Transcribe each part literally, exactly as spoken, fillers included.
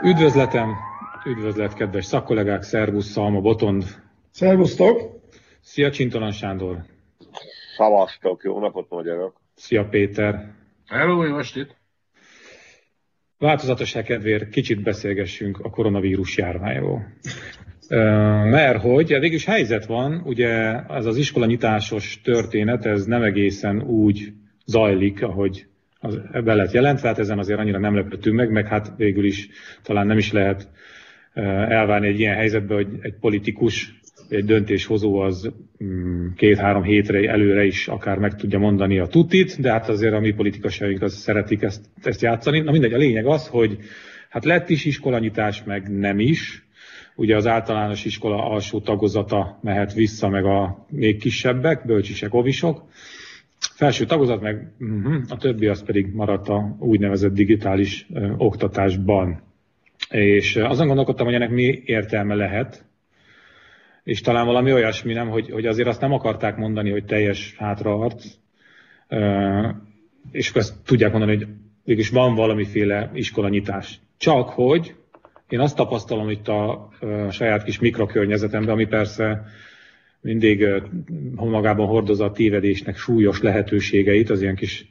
Üdvözletem, üdvözlet kedves szakkollégák, szervusz, Szalma Botond. Szervusztok. Szia Csintalan Sándor. Szavaztok, jó napot magyarok. Szia Péter. Hello, jó estét. Változatosság kedvéért kicsit beszélgessünk a koronavírus járványról. Mert hogy végül is helyzet van, ugye ez az iskolanyitásos történet, ez nem egészen úgy zajlik, ahogy az be lett jelentve, hát ezen azért annyira nem lepődtünk meg, meg hát végül is talán nem is lehet elvárni egy ilyen helyzetben, hogy egy politikus, egy döntéshozó az két-három hétre előre is akár meg tudja mondani a tutit, de hát azért a mi politikusaink az szeretik ezt, ezt játszani. Na mindegy, a lényeg az, hogy hát lett is iskolanyitás, meg nem is. Ugye az általános iskola alsó tagozata mehet vissza, meg a még kisebbek, bölcsisek, ovisok. Felső tagozat, meg uh-huh, a többi az pedig maradt a úgynevezett digitális uh, oktatásban. És uh, azon gondolkodtam, hogy ennek mi értelme lehet, és talán valami olyasmi, nem, hogy, hogy azért azt nem akarták mondani, hogy teljes hátraarc, uh, és akkor ezt tudják mondani, hogy végülis van valamiféle iskolanyitás. Csak hogy én azt tapasztalom itt a, a saját kis mikrokörnyezetemben, ami persze mindig magában hordozza a tévedésnek súlyos lehetőségeit, az ilyen kis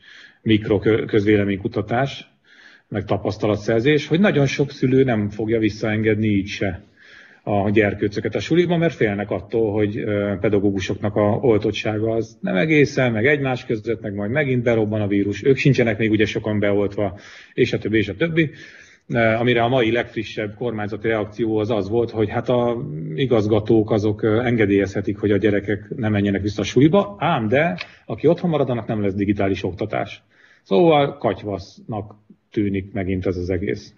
mikroközvéleménykutatás, meg tapasztalatszerzés, hogy nagyon sok szülő nem fogja visszaengedni így se a gyerkőcöket a suliba, mert félnek attól, hogy pedagógusoknak a oltottsága az nem egészen, meg egymás között, meg majd megint berobban a vírus, ők sincsenek még ugye sokan beoltva, és a többi, és a többi. Amire a mai legfrissebb kormányzati reakció az az volt, hogy hát a igazgatók azok engedélyezhetik, hogy a gyerekek nem menjenek vissza a suliba, ám de aki otthon marad, annak nem lesz digitális oktatás. Szóval katyvasznak tűnik megint ez az egész.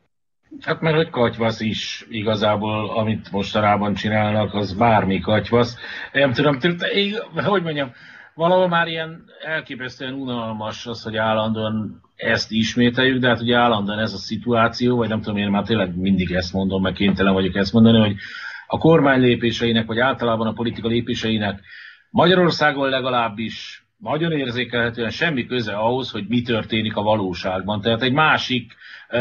Hát mert hogy katyvasz is igazából, amit mostanában csinálnak, az bármi katyvasz. Nem tudom, én, hogy mondjam, valahol már ilyen elképesztően unalmas az, hogy állandóan ezt ismételjük, de hát ugye állandóan ez a szituáció, vagy nem tudom, én már tényleg mindig ezt mondom, meg kénytelen vagyok ezt mondani, hogy a kormány lépéseinek, vagy általában a politika lépéseinek Magyarországon legalábbis nagyon érzékelhetően semmi köze ahhoz, hogy mi történik a valóságban. Tehát egy másik,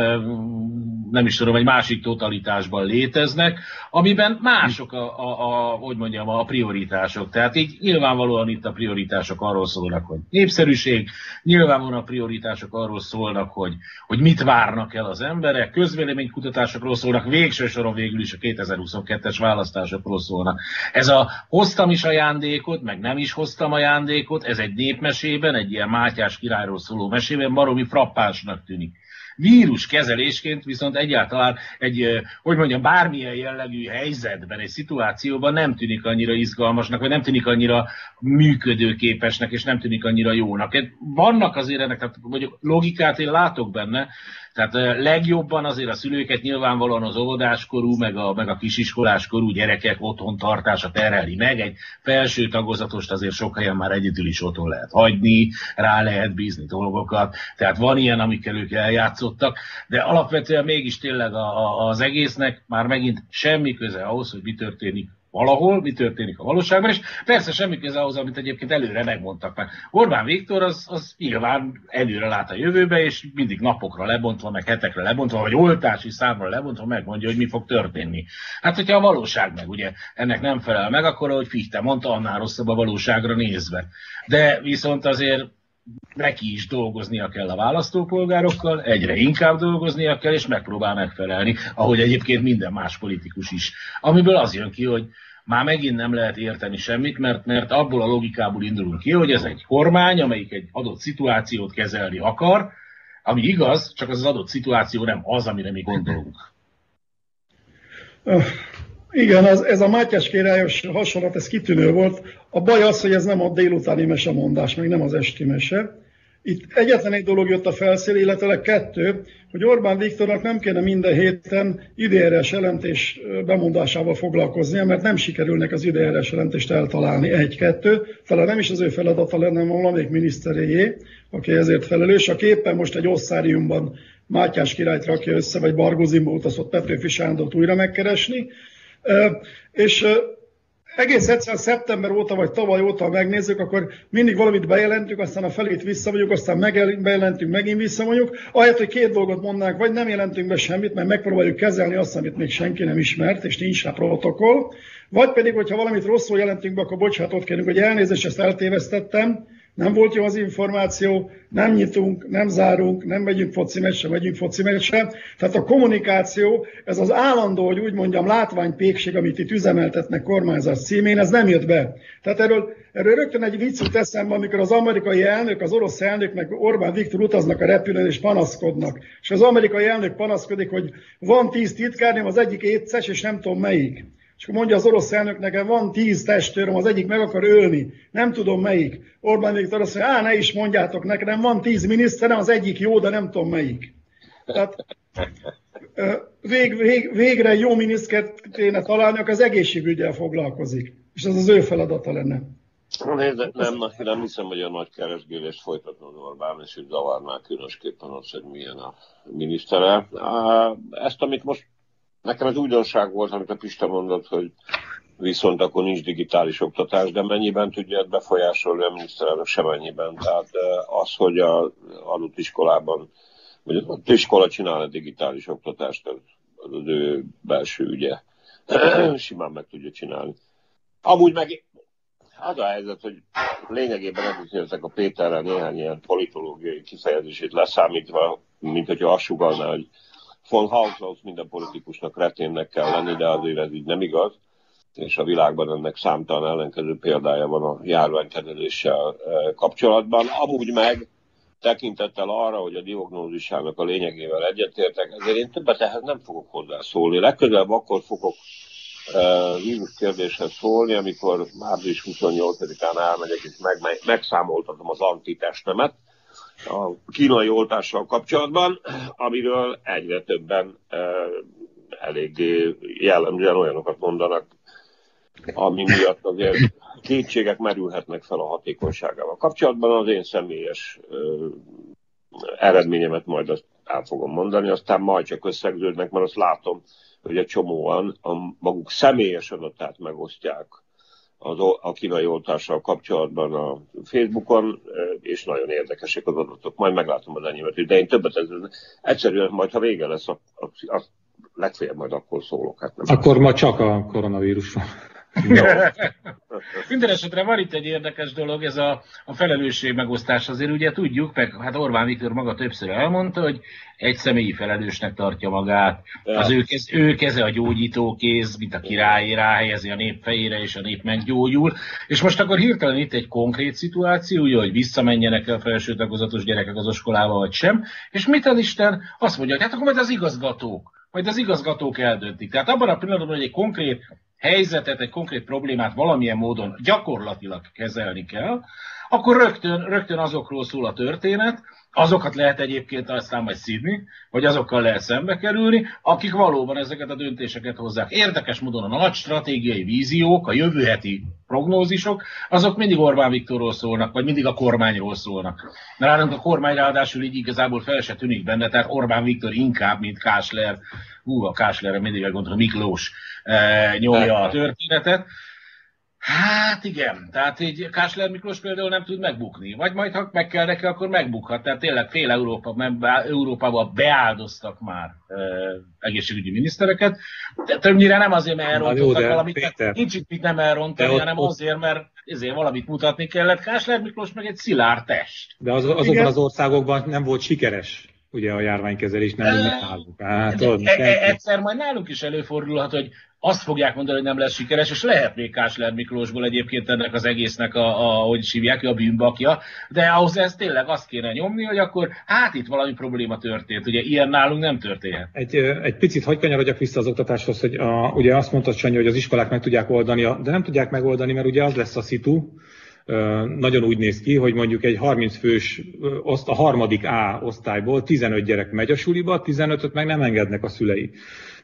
nem is tudom, egy másik totalitásban léteznek, amiben mások a, a, a, hogy mondjam, a prioritások. Tehát így nyilvánvalóan itt a prioritások arról szólnak, hogy népszerűség, nyilvánvalóan a prioritások arról szólnak, hogy, hogy mit várnak el az emberek, közvéleménykutatásokról szólnak, végső soron végül is a kétezer-huszonkettes választásokról szólnak. Ez a hoztam is ajándékot, meg nem is hoztam ajándékot, ez egy népmesében, egy ilyen Mátyás királyról szóló mesében baromi frappánsnak tűnik. Víruskezelésként viszont egyáltalán egy, hogy mondjam, bármilyen jellegű helyzetben, egy szituációban nem tűnik annyira izgalmasnak, vagy nem tűnik annyira működőképesnek, és nem tűnik annyira jónak. Vannak azért ennek, tehát mondjuk logikát én látok benne, tehát legjobban azért a szülőket nyilvánvalóan az óvodáskorú, meg a, meg a kisiskoláskorú gyerekek otthon tartása terheli meg. Egy felső tagozatost azért sok helyen már egyedül is otthon lehet hagyni, rá lehet bízni dolgokat. Tehát van ilyen, amikkel ők eljátszottak, de alapvetően mégis tényleg a, a, az egésznek már megint semmi köze ahhoz, hogy mi történik valahol, mi történik a valóságban, és persze semmi köze ahhoz, amit egyébként előre megmondtak meg. Orbán Viktor az, az nyilván előre lát a jövőbe, és mindig napokra lebontva, meg hetekre lebontva, vagy oltási számra lebontva megmondja, hogy mi fog történni. Hát, hogyha a valóság meg ugye ennek nem felel meg, akkor, ahogy Fichte mondta, annál rosszabb a valóságra nézve. De viszont azért neki is dolgoznia kell a választópolgárokkal, egyre inkább dolgoznia kell, és megpróbál megfelelni, ahogy egyébként minden más politikus is. Amiből az jön ki, hogy már megint nem lehet érteni semmit, mert, mert abból a logikából indulunk ki, hogy ez egy kormány, amelyik egy adott szituációt kezelni akar, ami igaz, csak az, az adott szituáció nem az, amire mi gondolunk. Igen, az, ez a Mátyás királyos hasonlat, ez kitűnő volt. A baj az, hogy ez nem a délutáni mesemondás, meg nem az esti mese. Itt egyetlen egy dolog jött a felszél, illetve kettő, hogy Orbán Viktornak nem kéne minden héten időjárás jelentés bemondásával foglalkoznia, mert nem sikerülnek az időjárás jelentést eltalálni. Egy-kettő, talán nem is az ő feladata lenne, hanem valamelyik miniszteréjé, aki ezért felelős, aki éppen most egy osszáriumban Mátyás királyt rakja össze, vagy Bargózimba utazott Petőfi Sándort újra megkeresni. És Egész egyszerűen szeptember óta, vagy tavaly óta megnézzük, akkor mindig valamit bejelentünk, aztán a felét visszamondjuk, aztán bejelentünk, megint visszamondjuk. Ahelyett, hogy két dolgot mondnánk, vagy nem jelentünk be semmit, mert megpróbáljuk kezelni azt, amit még senki nem ismert, és nincs rá protokoll. Vagy pedig, hogyha valamit rosszul jelentünk be, akkor bocsánatot kérünk, hogy elnézést, ezt eltévesztettem, nem volt jó az információ, nem nyitunk, nem zárunk, nem megyünk foci meccsre, megyünk foci meccsre. Tehát a kommunikáció, ez az állandó, hogy úgy mondjam, látványpékség, amit itt üzemeltetnek kormányzás címén, ez nem jött be. Tehát erről, erről rögtön egy vicc jut eszembe, amikor az amerikai elnök, az orosz elnök, meg Orbán Viktor utaznak a repülőn és panaszkodnak. És az amerikai elnök panaszkodik, hogy van tíz titkárnőm, az egyik étszes, és nem tudom melyik. És akkor mondja az orosz elnök, nekem van tíz testőröm, az egyik meg akar ölni. Nem tudom melyik. Orbán Viktor azt mondja, á, ne is mondjátok nekem, van tíz miniszterem, az egyik jó, de nem tudom melyik. Tehát vég, vég, végre jó minisztert kéne találni, aki az egészségügyel foglalkozik. És ez az ő feladata lenne. Nézd, nem, nem hiszem, hogy a nagy keresgélést folytatna az Orbán, és hogy zavarná különösképpen az, hogy milyen a minisztere. Ezt, amit most nekem ez újdonság volt, amit a Pista mondott, hogy viszont akkor nincs digitális oktatás, de mennyiben tudja befolyásolni a miniszterelnök, semennyiben. Tehát az, hogy az adott iskolában, vagy az adott iskola csinálna digitális oktatást, az az, az ő belső ügye. Simán meg tudja csinálni. Amúgy meg az a helyzet, hogy lényegében ezek a Péterrel néhány ilyen politológiai kifejezését leszámítva, mint hogyha azt sugallná, hogy von Haushaus minden politikusnak reténnek kell lenni, de azért ez így nem igaz, és a világban ennek számtalan ellenkező példája van a járványkezeléssel kapcsolatban. Amúgy meg tekintettel arra, hogy a diagnózisának a lényegével egyetértek, ezért én többet ehhez nem fogok hozzászólni. Legközelebb akkor fogok vírus kérdéshez szólni, amikor március huszonnyolcadikán elmegyek, és meg, meg, megszámoltatom az antitestemet a kínai oltással kapcsolatban, amiről egyre többen e, eléggé jellemzően olyanokat mondanak, ami miatt azért kétségek merülhetnek fel a hatékonyságával kapcsolatban. Az én személyes e, eredményemet majd azt el fogom mondani, aztán majd csak összegződnek, mert azt látom, hogy egy csomóan a maguk személyes adatát megosztják az, a kínai oltással kapcsolatban a Facebookon, és nagyon érdekesek az adatok. Majd meglátom az enyémet, de én többet ezzel egyszerűen majd, ha vége lesz, azt legfeljebb majd akkor szólok. Hát nem akkor ma csak a koronavírusról. Minden esetre van itt egy érdekes dolog, ez a, a felelősség megosztás. Azért ugye tudjuk, meg hát Orbán Viktor maga többször elmondta, hogy egy személyi felelősnek tartja magát. Ja. Az ő, kez, ő keze a gyógyító kéz, mint a királyé, ráhelyezi a nép fejére, és a nép meggyógyul. És most akkor hirtelen itt egy konkrét szituáció, ugye, hogy visszamenjenek a felső tagozatos gyerekek az iskolába, vagy sem. És mit az Isten? Azt mondja, hogy hát akkor majd az igazgatók. Majd az igazgatók eldöntik. Tehát abban a pillanatban, hogy egy konkrét helyzetet, egy konkrét problémát valamilyen módon gyakorlatilag kezelni kell, akkor rögtön, rögtön azokról szól a történet, azokat lehet egyébként aztán majd szidni, vagy azokkal lehet szembe kerülni, akik valóban ezeket a döntéseket hozzák. Érdekes módon a nagy stratégiai víziók, a jövő heti prognózisok, azok mindig Orbán Viktorról szólnak, vagy mindig a kormányról szólnak. Nálunk a kormány ráadásul így igazából fel se tűnik benne, tehát Orbán Viktor inkább, mint Kásler, hú, a Káslerre mindig elgondolom, Miklós e, nyomja a történetet. Hát igen, tehát így Kásler Miklós például nem tud megbukni. Vagy majd, ha meg kell neki, akkor megbukhat. Tehát tényleg fél Európa, Európában beáldoztak már e, egészségügyi minisztereket. De többnyire nem azért, mert elrontottak jó, valamit, tehát nincs itt mit nem elrontani, ott, hanem ott... azért, mert ezért valamit mutatni kellett. Kásler Miklós meg egy szilárd test. De az, azokban igen. Az országokban nem volt sikeres. Ugye a járványkezelés nem e, nálunk. Hát, ott, e, e, egyszer majd nálunk is előfordulhat, hogy azt fogják mondani, hogy nem lesz sikeres, és lehet még Kásler Miklósból egyébként ennek az egésznek a, a hogy is hívják, a bűnbakja, de ahhoz ez tényleg azt kéne nyomni, hogy akkor hát itt valami probléma történt. Ugye ilyen nálunk nem történhet. Egy, egy picit hagy kanyarodjak vissza az oktatáshoz, hogy a, ugye azt mondtad, Sanyi, hogy az iskolák meg tudják oldani, de nem tudják megoldani, mert ugye az lesz a szitu, nagyon úgy néz ki, hogy mondjuk egy harminc fős, a harmadik A osztályból tizenöt gyerek megy a suliba, tizenötöt meg nem engednek a szülei.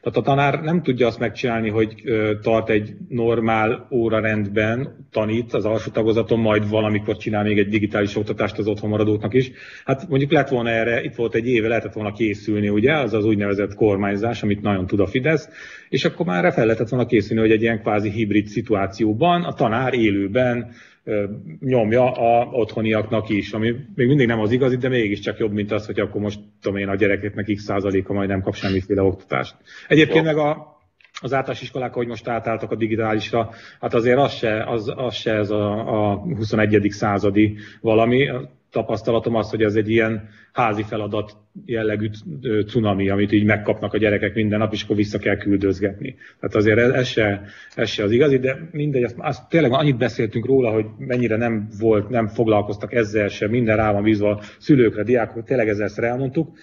Tehát a tanár nem tudja azt megcsinálni, hogy tart egy normál órarendben, tanít az alsó tagozaton, majd valamikor csinál még egy digitális oktatást az otthon maradóknak is. Hát mondjuk lett volna erre, itt volt egy éve, lehetett volna készülni, ugye, az az úgynevezett kormányzás, amit nagyon tud a Fidesz, és akkor már fel lehetett volna készülni, hogy egy ilyen kvázi hibrid szituációban a tanár élőben nyomja a otthoniaknak is, ami még mindig nem az igazi, de mégiscsak jobb, mint az, hogy akkor most tudom én, a gyerekeknek x százaléka majd nem kap semmiféle oktatást. Egyébként meg a, az általános iskolák, hogy most átálltak a digitálisra, hát azért az se, az, az se ez a, a huszonegyedik századi valami. A tapasztalatom az, hogy ez egy ilyen házi feladat jellegű cunami, amit így megkapnak a gyerekek minden nap, és akkor vissza kell küldözgetni. Tehát azért ez, ez, se, ez se az igazi, de mindegy, azt, azt tényleg annyit beszéltünk róla, hogy mennyire nem volt, nem foglalkoztak ezzel se, minden rá van bízva szülőkre, diákokra, tényleg ezzel ezt elmondtuk.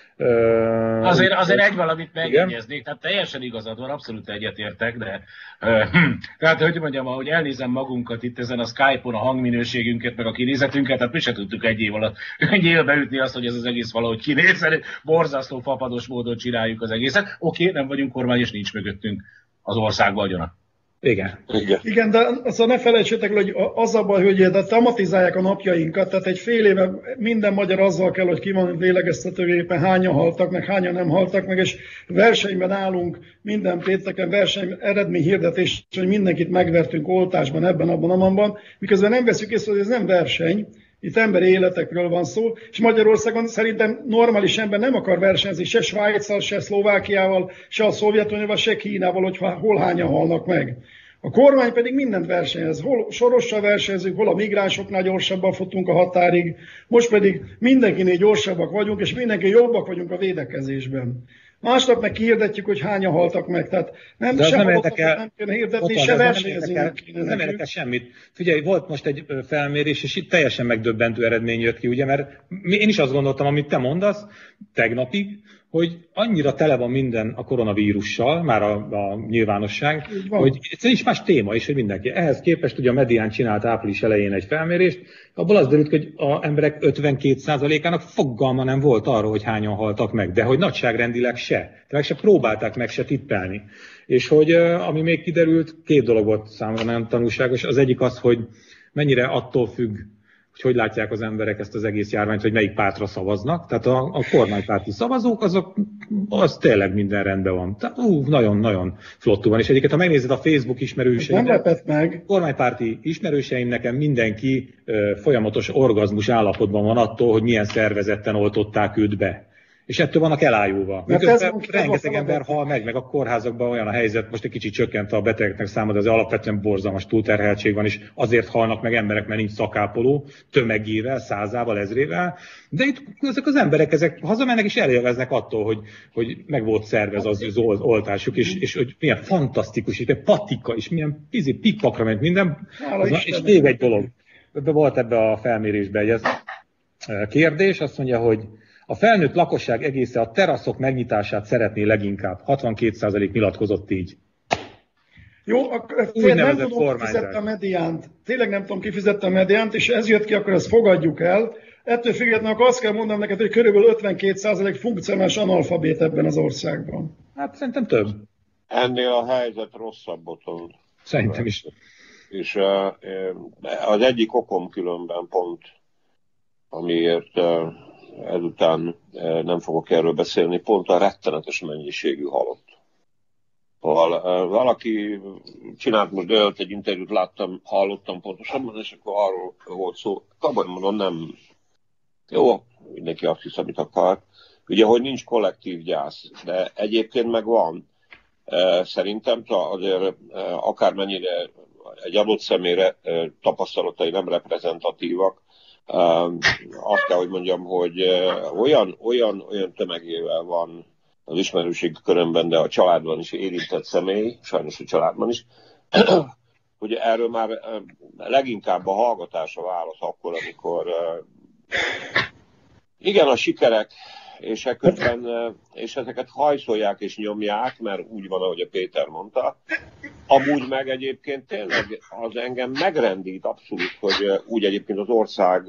Uh, azért, azért egy valamit megjegyeznék, tehát teljesen igazad van, abszolút egyetértek, de uh, tehát, hogy mondjam, ahogy elnézem magunkat itt ezen a Skype-on, a hangminőségünket, meg a kinézetünket, tehát mi se tudtuk egy év alatt, egy évbe beütni azt, hogy ez az egész valahogy kinéz, borzasztó fapados módon csináljuk az egészet. Oké, okay, nem vagyunk kormány, és nincs mögöttünk az ország vagyona. Igen. Igen. Igen, de azt ne felejtsétek, hogy az a baj, hogy de tematizálják a napjainkat, tehát egy fél éve minden magyar azzal kell, hogy ki van lélegeztetőgépen, hányan haltak meg, hányan nem haltak meg, és versenyben állunk minden pénteken, verseny eredményhirdetés, hogy mindenkit megvertünk oltásban, ebben, abban, abban, miközben nem veszük észre, hogy ez nem verseny, itt emberi életekről van szó, és Magyarországon szerintem normális ember nem akar versenyezni se Svájccal, se Szlovákiával, se a Szovjetunióval, se Kínával, hogy hol hányan halnak meg. A kormány pedig mindent versenyez. Hol Sorossal versenyezünk, hol a migránsoknál gyorsabban futunk a határig, most pedig mindenkinél gyorsabbak vagyunk, és mindenki jobbak vagyunk a védekezésben. Másnap meg kihirdetjük, hogy hányan haltak meg. Tehát nem, de sem nem érdekel, nem kéne hirdetni, se versenyezni nem kéne. Nem érdekel semmit. Figyelj, volt most egy felmérés, és itt teljesen megdöbbentő eredmény jött ki, ugye, mert én is azt gondoltam, amit te mondasz tegnapig, hogy annyira tele van minden a koronavírussal, már a, a nyilvánosság, hogy ez nincs más téma is, hogy mindenki. Ehhez képest ugye a Medián csinált április elején egy felmérést, abból az derült, hogy az emberek ötvenkét százalékának fogalma nem volt arról, hogy hányan haltak meg, de hogy nagyságrendileg se. Tehát se próbálták meg se tippelni. És hogy ami még kiderült, két dolog volt számomra nagyon tanulságos. Az egyik az, hogy mennyire attól függ, hogy hogy látják az emberek ezt az egész járványt, hogy melyik pártra szavaznak. Tehát a, a kormánypárti szavazók, azok, az tényleg minden rendben van. Tehát ú, nagyon-nagyon flottul van. És egyébként, ha megnézed a Facebook ismerőseimet, nem lepett meg. Kormánypárti ismerőseim, nekem mindenki ö, folyamatos orgazmus állapotban van attól, hogy milyen szervezetten oltották őt be. És ettől vannak elájulva. Miközben rengeteg ember hal meg, meg a kórházakban olyan a helyzet, most egy kicsit csökkent a betegeknek száma, de az alapvetően borzalmas túlterheltség van, és azért halnak meg emberek, mert nincs szakápoló, tömegével, százával, ezrével. De itt ezek az emberek, ezek hazamennek és elélveznek attól, hogy, hogy meg volt szervez az, az oltásuk, és, és hogy milyen fantasztikus, és milyen patika, és milyen pizi, pikpakra ment minden. Az, és még egy dolog. Ebbe volt ebbe a felmérésbe egy ez kérdés, azt mondja, hogy a felnőtt lakosság egésze a teraszok megnyitását szeretné leginkább. hatvankét százalék nyilatkozott így. Jó, akkor nem tudom, kifizette a mediánt. Tényleg nem tudom, kifizette a mediánt, és ez jött ki, akkor ezt fogadjuk el. Ettől függetlenül akkor azt kell mondanom neked, hogy körülbelül ötvenkét százalék funkcionális analfabét ebben az országban. Hát szerintem több. Ennél a helyzet rosszabb otthon. Szerintem is. És az egyik okom különben pont, amiért ezután nem fogok erről beszélni, pont a rettenetes mennyiségű halott. Val, valaki csinált most dőlt egy interjút, láttam, hallottam pontosabban, és akkor arról volt szó, abban mondom, nem jó, mindenki azt hisz, amit akar. Ugye, hogy nincs kollektív gyász, de egyébként meg van. Szerintem azért akármennyire egy adott személyre tapasztalatai nem reprezentatívak, azt kell, hogy mondjam, hogy olyan, olyan, olyan tömegével van az ismerőség körömben, de a családban is érintett személy, sajnos a családban is, hogy erről már leginkább a hallgatás a válasz akkor, amikor igen, a sikerek, és ekközben, és ezeket hajszolják és nyomják, mert úgy van, ahogy a Péter mondta. Amúgy meg egyébként tényleg az engem megrendít abszolút, hogy úgy egyébként az ország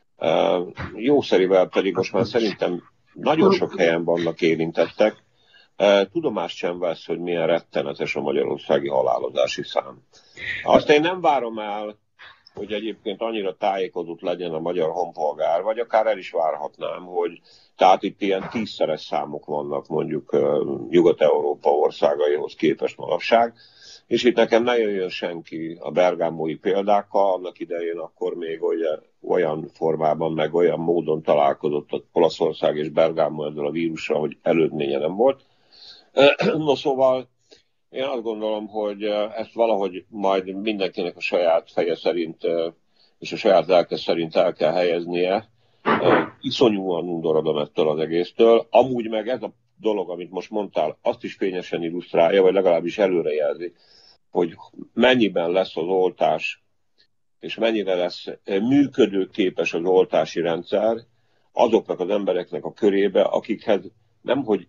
jószerivel pedig most már szerintem nagyon sok helyen vannak érintettek, tudomást sem vesz, hogy milyen rettenetes a magyarországi halálozási szám. Azt én nem várom el, hogy egyébként annyira tájékozott legyen a magyar honpolgár, vagy akár el is várhatnám, hogy tehát itt ilyen tízszeres számok vannak mondjuk Nyugat-Európa országaihoz képest manapság, és itt nekem ne jöjjön senki a bergámói példákkal, annak idején akkor még olyan formában, meg olyan módon találkozott Olaszország és Bergámó ezzel a vírussal, hogy elődménye nem volt. No szóval én azt gondolom, hogy ezt valahogy majd mindenkinek a saját feje szerint és a saját lelke szerint el kell helyeznie. Iszonyúan undorodom ettől az egésztől. Amúgy meg ez a dolog, amit most mondtál, azt is fényesen illusztrálja, vagy legalábbis előrejelzi, hogy mennyiben lesz az oltás, és mennyire lesz működőképes az oltási rendszer azoknak az embereknek a körébe, akikhez nemhogy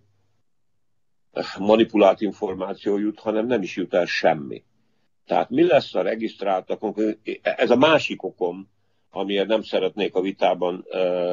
manipulált információ jut, hanem nem is jut el semmi. Tehát mi lesz a regisztráltakon? Ez a másik okom, amiért nem szeretnék a vitában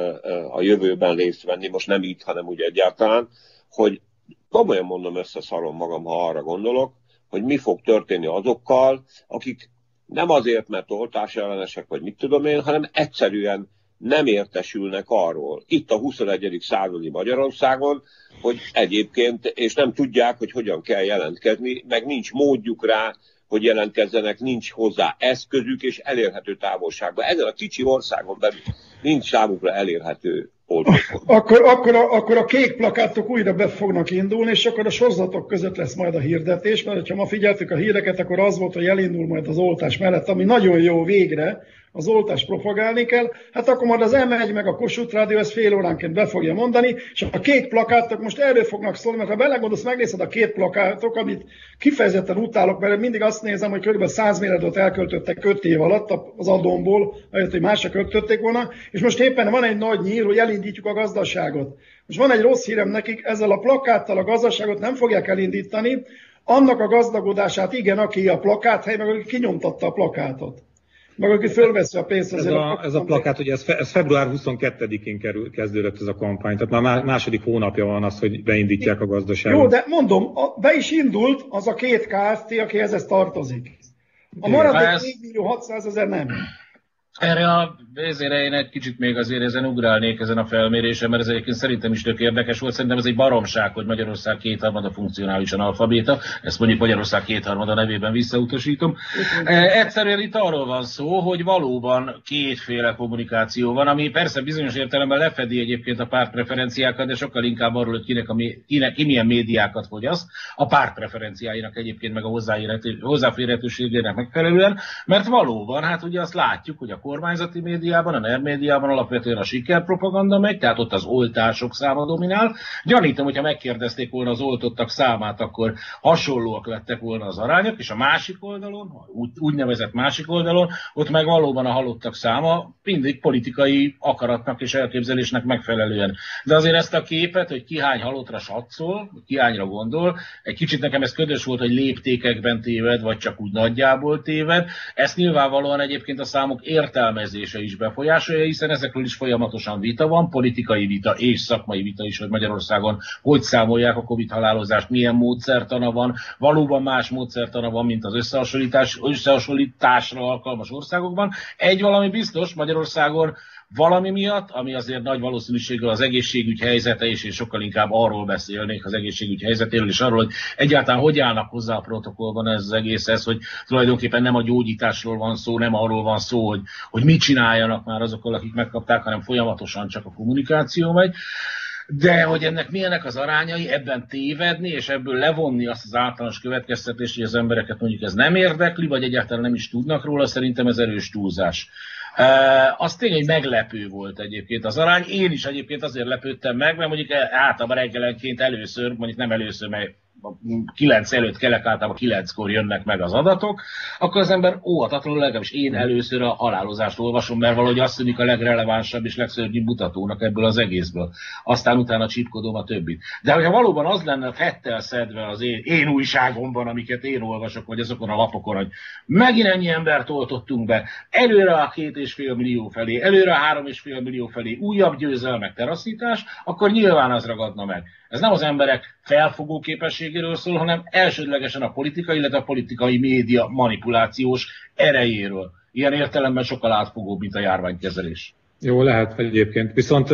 a jövőben részt venni, most nem így, hanem úgy egyáltalán, hogy komolyan mondom, összeszarom magam, ha arra gondolok, hogy mi fog történni azokkal, akik nem azért, mert oltás ellenesek, vagy mit tudom én, hanem egyszerűen nem értesülnek arról, itt a huszonegyedik századi Magyarországon, hogy egyébként, és nem tudják, hogy hogyan kell jelentkezni, meg nincs módjuk rá, hogy jelentkezzenek, nincs hozzá eszközük, és elérhető távolságban. Ezen a kicsi országon belül nincs számukra elérhető oltópont. Akkor, akkor, a, akkor a kék plakátok újra be fognak indulni, és akkor a sorozatok között lesz majd a hirdetés, mert ha ma figyeltük a híreket, akkor az volt, hogy elindul majd az oltás mellett, ami nagyon jó végre, az oltást propagálni kell, hát akkor majd az em egy meg a Kossuth Rádió ezt fél óránként be fogja mondani, és a kék plakátok most erről fognak szólni, mert ha belegondolsz, megnézed a két plakátok, amit kifejezetten utálok, mert mindig azt nézem, hogy kb. száz milliárdot elköltöttek öt év alatt az adomból, ahelyett, hogy másra költötték volna, és most éppen van egy nagy nyíl, hogy elindítjuk a gazdaságot. Most van egy rossz hírem nekik, ezzel a plakáttal a gazdaságot nem fogják elindítani, annak a gazdagodását igen, aki a plakáthely, meg aki kinyomtatta a plakátot. Meg aki fölveszi a pénzt azért. Ez a, ez a plakát, ugye ez, fe, ez február huszonkettedikén kerül, kezdődött ez a kampány, tehát már második hónapja van az, hogy beindítják a gazdaságot. Jó, de mondom, a, be is indult az a két Kft., akihez ez tartozik. A maradék négy millió hatszázezer nem. Erre a vézére én egy kicsit még azért ezen ugrálnék ezen a felmérésen, mert ez egyébként szerintem is tök érdekes volt. Szerintem ez egy baromság, hogy Magyarország kétharmada funkcionálisan alfabéta. Ezt mondjuk Magyarország kétharmada nevében visszautasítom. E, egyszerűen itt arról van szó, hogy valóban kétféle kommunikáció van, ami persze bizonyos értelemben lefedi egyébként a pártpreferenciákat, de sokkal inkább arról, hogy kinek a, kinek, ki milyen médiákat fogyaszt, a pártpreferenciáinak egyébként meg a hozzáférhetőségének megfelelően, mert valóban, hát ugye azt látjuk, hogy a kormányzati médiában, a NER médiában alapvetően a sikerpropaganda megy, tehát ott az oltások száma dominál. Gyanítom, hogyha megkérdezték volna az oltottak számát, akkor hasonlóak lettek volna az arányok, és a másik oldalon, úgy, úgynevezett másik oldalon, ott meg valóban a halottak száma mindig politikai akaratnak és elképzelésnek megfelelően. De azért ezt a képet, hogy ki hány halottra satszol, ki hányra gondol, egy kicsit nekem ez ködös volt, hogy léptékekben téved, vagy csak úgy nagyjából téved. Ezt nyilvánvalóan egyébként a számok értelmezése is befolyásolja, hiszen ezekről is folyamatosan vita van, politikai vita és szakmai vita is, hogy Magyarországon hogy számolják a Covid halálozást, milyen módszertana van, valóban más módszertana van, mint az összehasonlítás, összehasonlításra alkalmas országokban. Egy valami biztos, Magyarországon valami miatt, ami azért nagy valószínűséggel az egészségügy helyzete, és én sokkal inkább arról beszélnék az egészségügy helyzetéről, és arról, hogy egyáltalán hogy állnak hozzá a protokollban ez az egészhez, hogy tulajdonképpen nem a gyógyításról van szó, nem arról van szó, hogy, hogy mit csináljanak már azokkal, akik megkapták, hanem folyamatosan csak a kommunikáció megy. De hogy ennek milyenek az arányai, ebben tévedni, és ebből levonni azt az általános következtetést, hogy az embereket mondjuk ez nem érdekli, vagy egyáltalán nem is tudnak róla, szerintem ez erős túlzás. Uh, az tény, hogy meglepő volt egyébként az arány. Én is egyébként azért lepődtem meg, mert mondjuk általában reggelenként először, mondjuk nem először, mert kilenc előtt kelek, általában kilenckor jönnek meg az adatok, akkor az ember óhatatlanul, legalábbis én először a halálozást olvasom, mert valahogy azt tűnik a legrelevánsabb és legszörnyűbb mutatónak ebből az egészből. Aztán utána csipkodom a többit. De hogyha valóban az lenne fettel szedve az én, én újságomban, amiket én olvasok, vagy azokon a lapokon, hogy megint ennyi embert oltottunk be, előre a két és fél millió felé, előre a három és fél millió felé, újabb győzelmek, teraszítás, akkor nyilván az ragadna meg. Ez nem az emberek felfogó képességéről szól, hanem elsődlegesen a politika, illetve a politikai média manipulációs erejéről. Ilyen értelemben sokkal átfogóbb, mint a járványkezelés. Jó, lehet egyébként. Viszont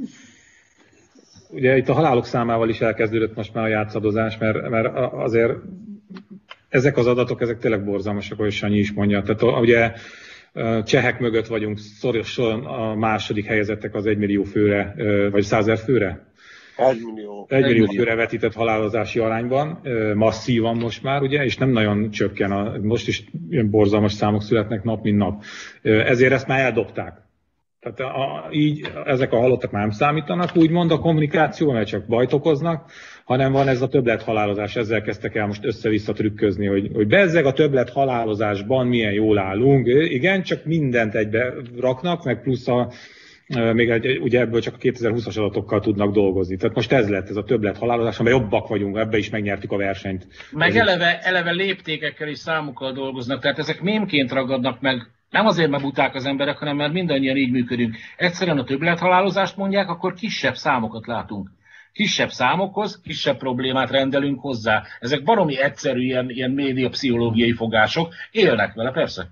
ugye itt a halálok számával is elkezdődött most már a játszadozás, mert, mert azért ezek az adatok, ezek tényleg borzalmasak, ahogy Sanyi is mondja. Tehát ugye csehek mögött vagyunk szorosan, a második helyezettek az egymillió főre, vagy százezer főre? Egymillió. Egymillió főre vetített halálozási arányban, masszívan most már, ugye, és nem nagyon csökken. A, most is ilyen borzalmas számok születnek nap, mint nap. Ezért ezt már eldobták. Tehát a, így ezek a halottak már nem számítanak, úgymond a kommunikáció, mert csak bajt okoznak, hanem van ez a többlet halálozás. Ezzel kezdtek el most össze-vissza trükközni, hogy, hogy bezzeg a többlet halálozásban milyen jól állunk. Igen, csak mindent egybe raknak, meg plusz a még egy, ugye ebből csak a kétezer-húszas adatokkal tudnak dolgozni. Tehát most ez lett, ez a többlet halálozás, amely jobbak vagyunk, ebbe is megnyertük a versenyt. Meg eleve, eleve léptékekkel és számokkal dolgoznak, tehát ezek mémként ragadnak meg, nem azért, mert buták az emberek, hanem mert mindannyian így működünk. Egyszerűen a többlet halálozást mondják, akkor kisebb számokat látunk. Kisebb számokhoz, kisebb problémát rendelünk hozzá. Ezek baromi egyszerű ilyen, ilyen médiapszichológiai fogások, élnek vele, persze.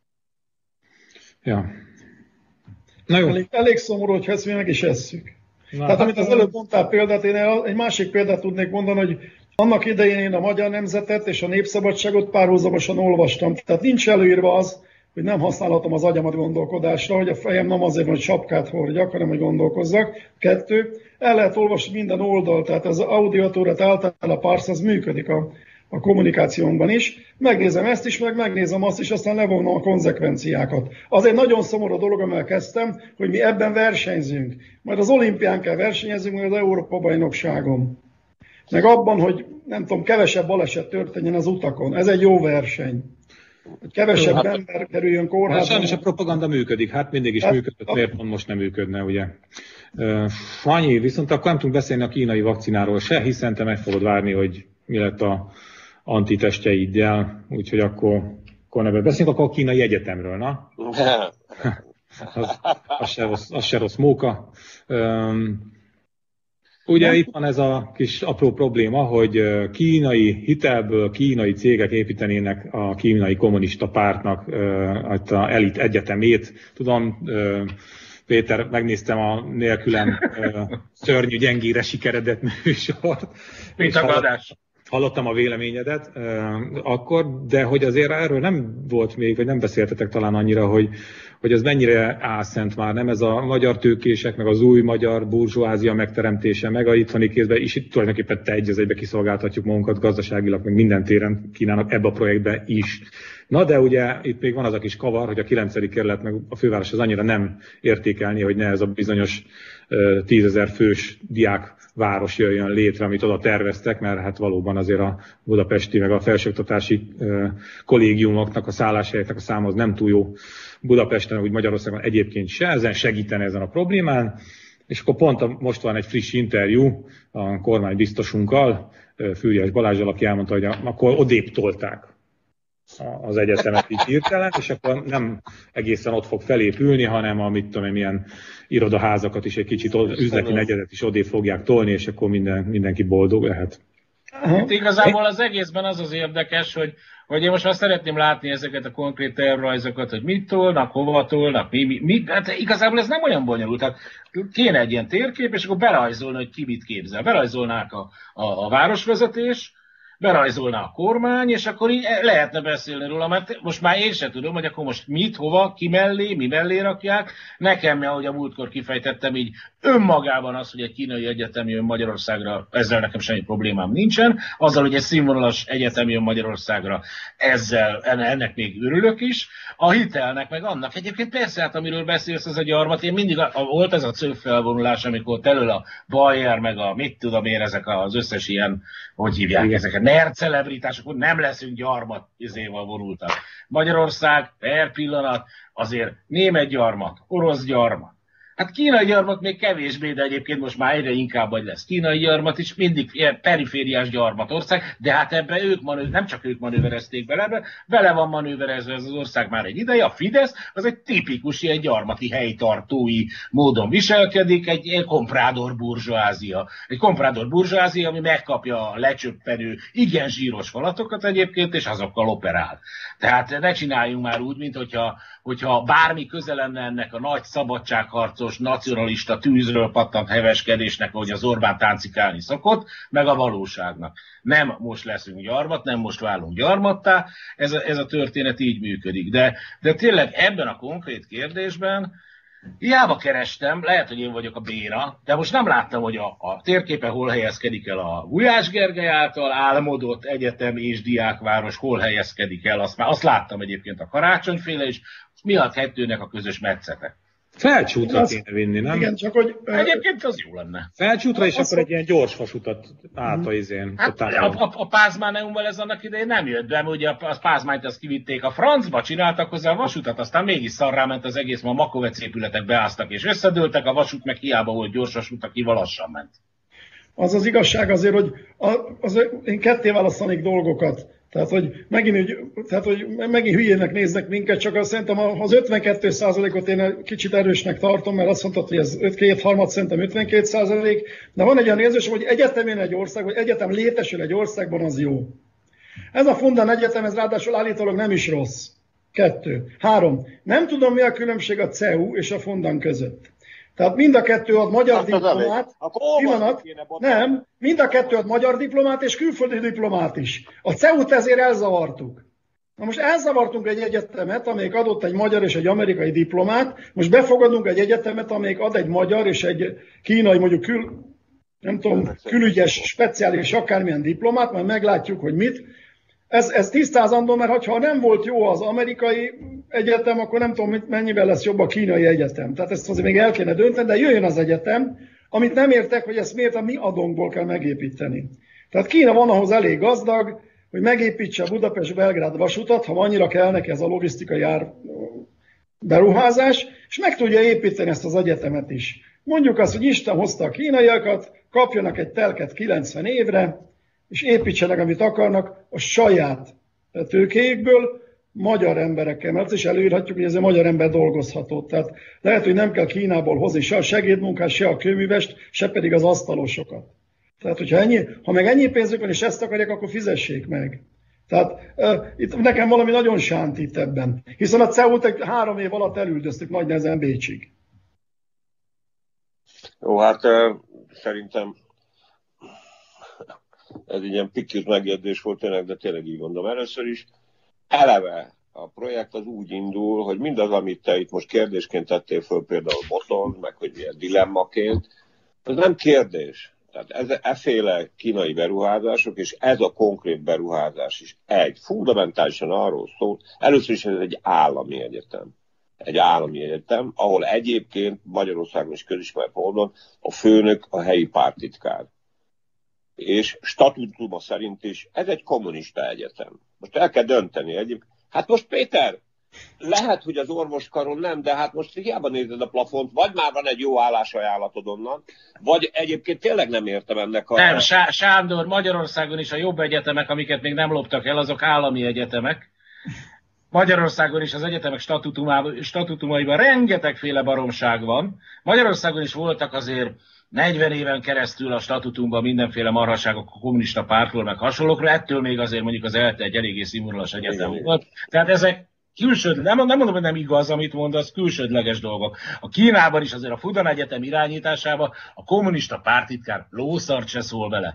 Ja. Na jó. Elég, elég szomorú, hogy ezt mi meg is esszük. Na, Tehát amit az előbb mondtál példát, én egy másik példát tudnék mondani, hogy annak idején én a Magyar Nemzetet és a Népszabadságot párhuzamosan olvastam. Tehát nincs előírva az, hogy nem használhatom az agyamat gondolkodásra, hogy a fejem nem azért van, hogy sapkát hordjak, hanem hogy gondolkozzak. Kettő, el lehet olvasni minden oldal, tehát az audiatórát által a Parse, az működik a, a kommunikációnkban is. Megnézem ezt is, meg megnézem azt is, aztán levonom a konzekvenciákat. Az egy nagyon szomorú dolog, amivel kezdtem, hogy mi ebben versenyzünk. Majd az olimpián kell versenyezünk, meg az Európa-bajnokságon. Meg abban, hogy nem tudom, kevesebb baleset történjen az utakon. Ez egy jó verseny. Hogy kevesebb hát, ember kerüljön kórházba. Hát sajnos a propaganda működik, hát mindig is hát, működött, miért pont most nem működne, ugye. Sanyi, viszont akkor nem tudunk beszélni a kínai vakcináról se, hiszen te meg fogod várni, hogy mi lett a antitestjeiddel, úgyhogy akkor, akkor ne beszélünk, akkor a kínai egyetemről, na? az, az, se rossz, az se rossz móka. Um, Ugye nem? Itt van ez a kis apró probléma, hogy kínai hitelből kínai cégek építenének a kínai kommunista pártnak a elit egyetemét. Tudom, Péter, megnéztem a nélkülem szörnyű, gyengére sikeredett műsort. Mint a gadás. Hallottam a véleményedet akkor, de hogy azért erről nem volt még, vagy nem beszéltetek talán annyira, hogy, hogy ez mennyire álszent már, nem ez a magyar tőkések, meg az új magyar burzsóázia megteremtése, meg a itthoni kézben is, itt tulajdonképpen te egy az egybe kiszolgáltatjuk magunkat gazdaságilag, meg minden téren Kínának ebbe a projektbe is. Na de ugye itt még van az a kis kavar, hogy a kilencedik kerület meg a főváros az annyira nem értékelni, hogy ne ez a bizonyos tízezer fős diákváros jöjjön létre, amit oda terveztek, mert hát valóban azért a budapesti meg a felsőoktatási kollégiumoknak, a szálláshelyeknek a száma az nem túl jó Budapesten, úgy Magyarországon egyébként se, ezen segítene ezen a problémán. És akkor pont most van egy friss interjú a kormánybiztosunkkal, Füriyes Balázsral, aki elmondta, hogy akkor odébb tolták az egyetemet így hirtelen, és akkor nem egészen ott fog felépülni, hanem a mit tudom én, milyen irodaházakat is egy kicsit, üzleti negyedet is odébb fogják tolni, és akkor minden, mindenki boldog lehet. Itt igazából az egészben az az érdekes, hogy, hogy én most már szeretném látni ezeket a konkrét tervrajzokat, hogy mit tolnak, hova tolnak, mi, mi, mi, hát igazából ez nem olyan bonyolult. Hát kéne egy ilyen térkép, és akkor berajzolni, hogy ki mit képzel. Berajzolnák a, a, a városvezetés, berajzolná a kormány, és akkor így lehetne beszélni róla, mert most már én sem tudom, hogy akkor most mit, hova, ki mellé, mi mellé rakják. Nekem, ahogy a múltkor kifejtettem, így önmagában az, hogy egy kínai egyetem jön Magyarországra, ezzel nekem semmi problémám nincsen. Azzal, hogy egy színvonalas egyetem jön Magyarországra, ezzel, ennek még örülök is. A hitelnek, meg annak. Egyébként persze, hát amiről beszélsz, ez a gyarmat, én mindig, a, volt ez a cőfelvonulás, amikor telől a Bayer, meg a mit tudom én, ezek az összes ilyen, hogy hívják ezeket, nerd celebritások, hogy nem leszünk gyarmat, izéval vonultak. Magyarország per pillanat azért német gyarmat, orosz gyarmat. Hát kínai gyarmat még kevésbé, de egyébként most már egyre inkább vagy lesz kínai gyarmat is, mindig ilyen perifériás gyarmatország, de hát ebbe ők manő, nem csak ők manőverezték bele, ebbe bele van manőverezve ez az ország már egy ideje. A Fidesz az egy tipikus ilyen gyarmati helytartói módon viselkedik, egy, egy komprádor burzsóázia. Egy komprádor burzsóázia, ami megkapja a lecsöppenő, igen zsíros falatokat egyébként, és azokkal operál. Tehát ne csináljunk már úgy, mint hogyha, hogyha bármi köze lenne ennek a nagy szabadságharcos nacionalista tűzről pattant heveskedésnek, ahogy az Orbán táncikálni szokott, meg a valóságnak. Nem most leszünk gyarmat, nem most válunk gyarmattá, ez a, ez a történet így működik. De, de tényleg ebben a konkrét kérdésben hiába kerestem, lehet, hogy én vagyok a béna, de most nem láttam, hogy a, a térképen hol helyezkedik el a Gulyás Gergely által álmodott egyetem és diákváros, hol helyezkedik el, azt, már, azt láttam egyébként a karácsonyféle is, mi a kettőnek a közös metszete. Felcsútra az, kéne vinni, nem? Igen, csak hogy... Egyébként az jó lenne. Felcsútra, és az akkor egy ilyen gyors vasutat át a izén. Hát a, a, a Pázmáneummal ez annak idején nem jött be, ugye a, a Pázmányt azt kivitték a francba, csináltak hozzá a vasutat, aztán mégis szarrá ment az egész, ma a Makovec épületek beáztak és összedőltek, a vasút meg hiába volt gyors vasút, akivel lassan ment. Az az igazság azért, hogy a, az, én ketté választanék dolgokat. Tehát, hogy megint, úgy, tehát, hogy megint hülyének néznek minket, csak azt szerintem az ötvenkét százalékot én kicsit erősnek tartom, mert azt mondtad, hogy ez kétharmad, szerintem ötvenkét százalék, de van egy olyan érzés, hogy egyetemén egy ország, vagy egyetem létesül egy országban, az jó. Ez a Fundán Egyetem, ez ráadásul állítólag nem is rossz. Kettő. Három. Nem tudom, mi a különbség a cé e u és a Fundán között. Tehát mind a kettő ad magyar hát diplomát, pillanat, nem, mind a kettő ad magyar diplomát és külföldi diplomát is. A cé e u-t ezért elzavartuk. Na most elzavartunk egy egyetemet, amelyik adott egy magyar és egy amerikai diplomát, most befogadunk egy egyetemet, amelyik ad egy magyar és egy kínai, mondjuk kül, nem tudom, külügyes, speciális akármilyen diplomát, majd meglátjuk, hogy mit. Ez, ez tisztázandó, mert ha nem volt jó az amerikai egyetem, akkor nem tudom, mennyivel lesz jobb a kínai egyetem. Tehát ezt azért még el kéne dönteni, de jöjjön az egyetem, amit nem értek, hogy ezt miért a mi adónkból kell megépíteni. Tehát Kína van ahhoz elég gazdag, hogy megépítse a Budapest-Belgrád vasutat, ha annyira kell neki ez a logisztikai ár beruházás, és meg tudja építeni ezt az egyetemet is. Mondjuk azt, hogy Isten hozta a kínaiakat, kapjanak egy telket kilencven évre, és építsenek, amit akarnak, a saját tőkéjükből, magyar emberekkel, mert azt is előírhatjuk, hogy ez a magyar ember dolgozható. Tehát lehet, hogy nem kell Kínából hozni se a segédmunkát, se a kőművest, se pedig az asztalosokat. Tehát, hogyha ennyi, ha meg ennyi pénzük van, és ezt akarják, akkor fizessék meg. Tehát uh, itt nekem valami nagyon sántít ebben. Hiszen a cé e u-t egy három év alatt elüldöztük nagy nehezen Bécsig. Jó, hát uh, szerintem ez egy ilyen pikis megjegyzés volt tényleg, de tényleg így mondom. Először is eleve a projekt az úgy indul, hogy mindaz, amit te itt most kérdésként tettél föl, például Boton, meg hogy milyen dilemmaként, az nem kérdés. Tehát ez, efféle kínai beruházások, és ez a konkrét beruházás is egy. Fundamentálisan arról szól, először is ez egy állami egyetem. Egy állami egyetem, ahol egyébként Magyarországon is közismert módon a főnök a helyi párttitkár. És statútuma szerint is ez egy kommunista egyetem. Most el kell dönteni egyébként. Hát most Péter, lehet, hogy az orvoskaron nem, de hát most hiába nézed a plafont, vagy már van egy jó állásajánlatod onnan, vagy egyébként tényleg nem értem ennek a... Nem, Sándor, Magyarországon is a jobb egyetemek, amiket még nem loptak el, azok állami egyetemek. Magyarországon is az egyetemek statutumaiban rengetegféle baromság van. Magyarországon is voltak azért negyven éven keresztül a statutumban mindenféle marhaságok a kommunista pártról, meg hasonlókról, ettől még azért mondjuk az ELTE egy eléggé színvonalas egyetem volt. Tehát ezek külsőd, nem, nem mondom, hogy nem igaz, amit mondasz, külsődleges dolgok. A Kínában is azért a Fudan Egyetem irányításában a kommunista pártitkár lószart se szól bele.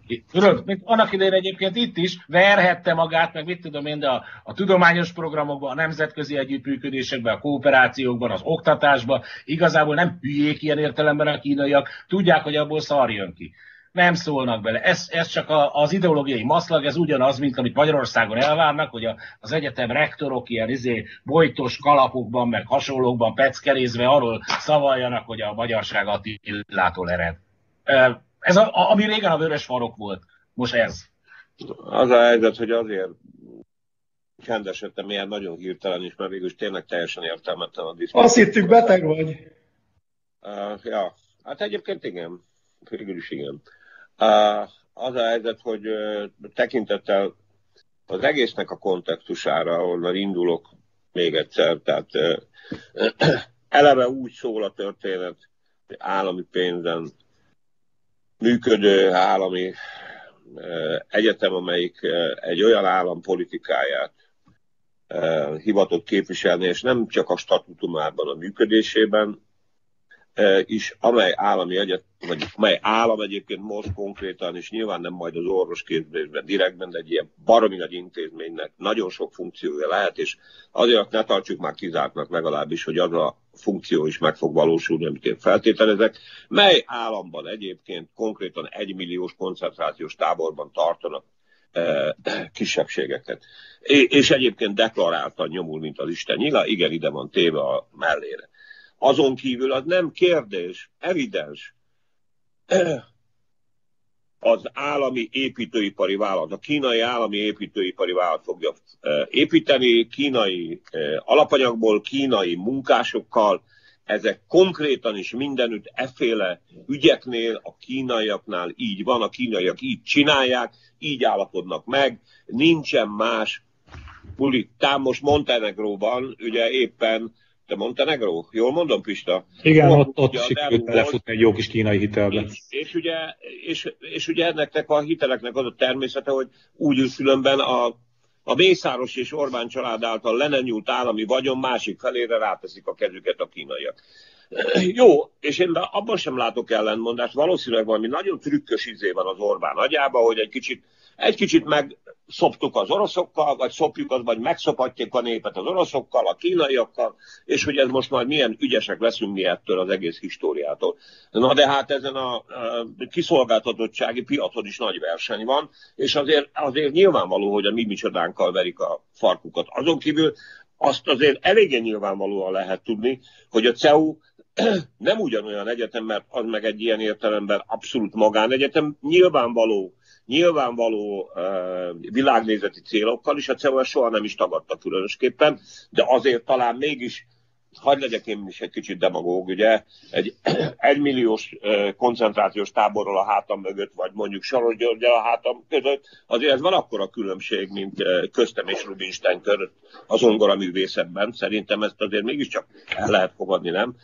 Tudod, mint annak idején egyébként itt is verhette magát, meg mit tudom én, de a, a tudományos programokban, a nemzetközi együttműködésekben, a kooperációkban, az oktatásban, igazából nem hülyék ilyen értelemben a kínaiak, tudják, hogy abból szar jön ki. Nem szólnak bele. Ez, ez csak a, az ideológiai maszlag, ez ugyanaz, mint amit Magyarországon elvárnak, hogy a, az egyetem rektorok ilyen izé, bojtos kalapokban, meg hasonlókban peckerézve arról szavaljanak, hogy a magyarság Attilától ered. Ez a, a, ami régen a vörös farok volt. Most ez. Az a helyzet, hogy azért csendesedtem ilyen nagyon hirtelen is, mert végülis tényleg teljesen értelmetlen a diszkuszió. Azt hittük, beteg vagy. Uh, ja, hát egyébként igen. Végül is igen. Uh, az a helyzet, hogy uh, tekintettel az egésznek a kontextusára, ahonnan indulok még egyszer, tehát uh, eleve úgy szól a történet, hogy állami pénzen működő állami uh, egyetem, amelyik uh, egy olyan állam politikáját uh, hivatott képviselni, és nem csak a statutumában, a működésében is, amely állami egyet, vagy amely állam egyébként most konkrétan, és nyilván nem majd az orvosképzésben direktben, de egy ilyen baromi nagy intézménynek nagyon sok funkciója lehet, és azért ne tartsuk már kizártnak legalábbis, hogy az a funkció is meg fog valósulni, amit én feltételezek, mely államban egyébként konkrétan egymilliós koncentrációs táborban tartanak eh, kisebbségeket. És egyébként deklaráltan nyomul, mint az Isten nyila, igen, ide van téve a mellére. Azon kívül az nem kérdés, evidens, az állami építőipari vállalat, a kínai állami építőipari vállalat fogja építeni, kínai alapanyagból, kínai munkásokkal, ezek konkrétan is mindenütt efféle ügyeknél, a kínaiaknál így van, a kínaiak így csinálják, így állapodnak meg, nincsen más. Tám most Montenegróban, ugye éppen Te Montenegró? Jól mondom, Pista? Igen, ott, ott, ott sikerült belefutni egy jó kis kínai hitelbe. És, és, ugye, és, és ugye ennek a hiteleknek az a természete, hogy úgy különben a, a Mészáros és Orbán család által le nem nyúlt állami vagyon másik felére ráteszik a kezüket a kínaiak. Jó, és én abban sem látok ellentmondást, valószínűleg valami nagyon trükkös izé van az Orbán agyában, hogy egy kicsit, egy kicsit megszoptuk az oroszokkal, vagy szopjuk az, vagy megszopatjuk a népet az oroszokkal, a kínaiakkal, és hogy ez most majd milyen ügyesek leszünk mi ettől az egész históriától. Na de hát ezen a, a kiszolgáltatottsági piacon is nagy verseny van, és azért, azért nyilvánvaló, hogy a mi micsodánkkal verik a farkukat. Azon kívül azt azért eléggé nyilvánvalóan lehet tudni, hogy a cé e u nem ugyanolyan egyetem, mert az meg egy ilyen értelemben abszolút magánegyetem, nyilvánvaló, nyilvánvaló uh, világnézeti célokkal, és a cé e u soha nem is tagadta különösképpen, de azért talán mégis, hadd legyek én is egy kicsit demagóg, ugye, egy egymilliós uh, koncentrációs táborral a hátam mögött, vagy mondjuk Soros Györggyel a hátam között, azért ez van akkora különbség, mint uh, köztem és Rubinstein között a zongoraművészetben. Szerintem ezt azért mégiscsak el lehet fogadni, nem?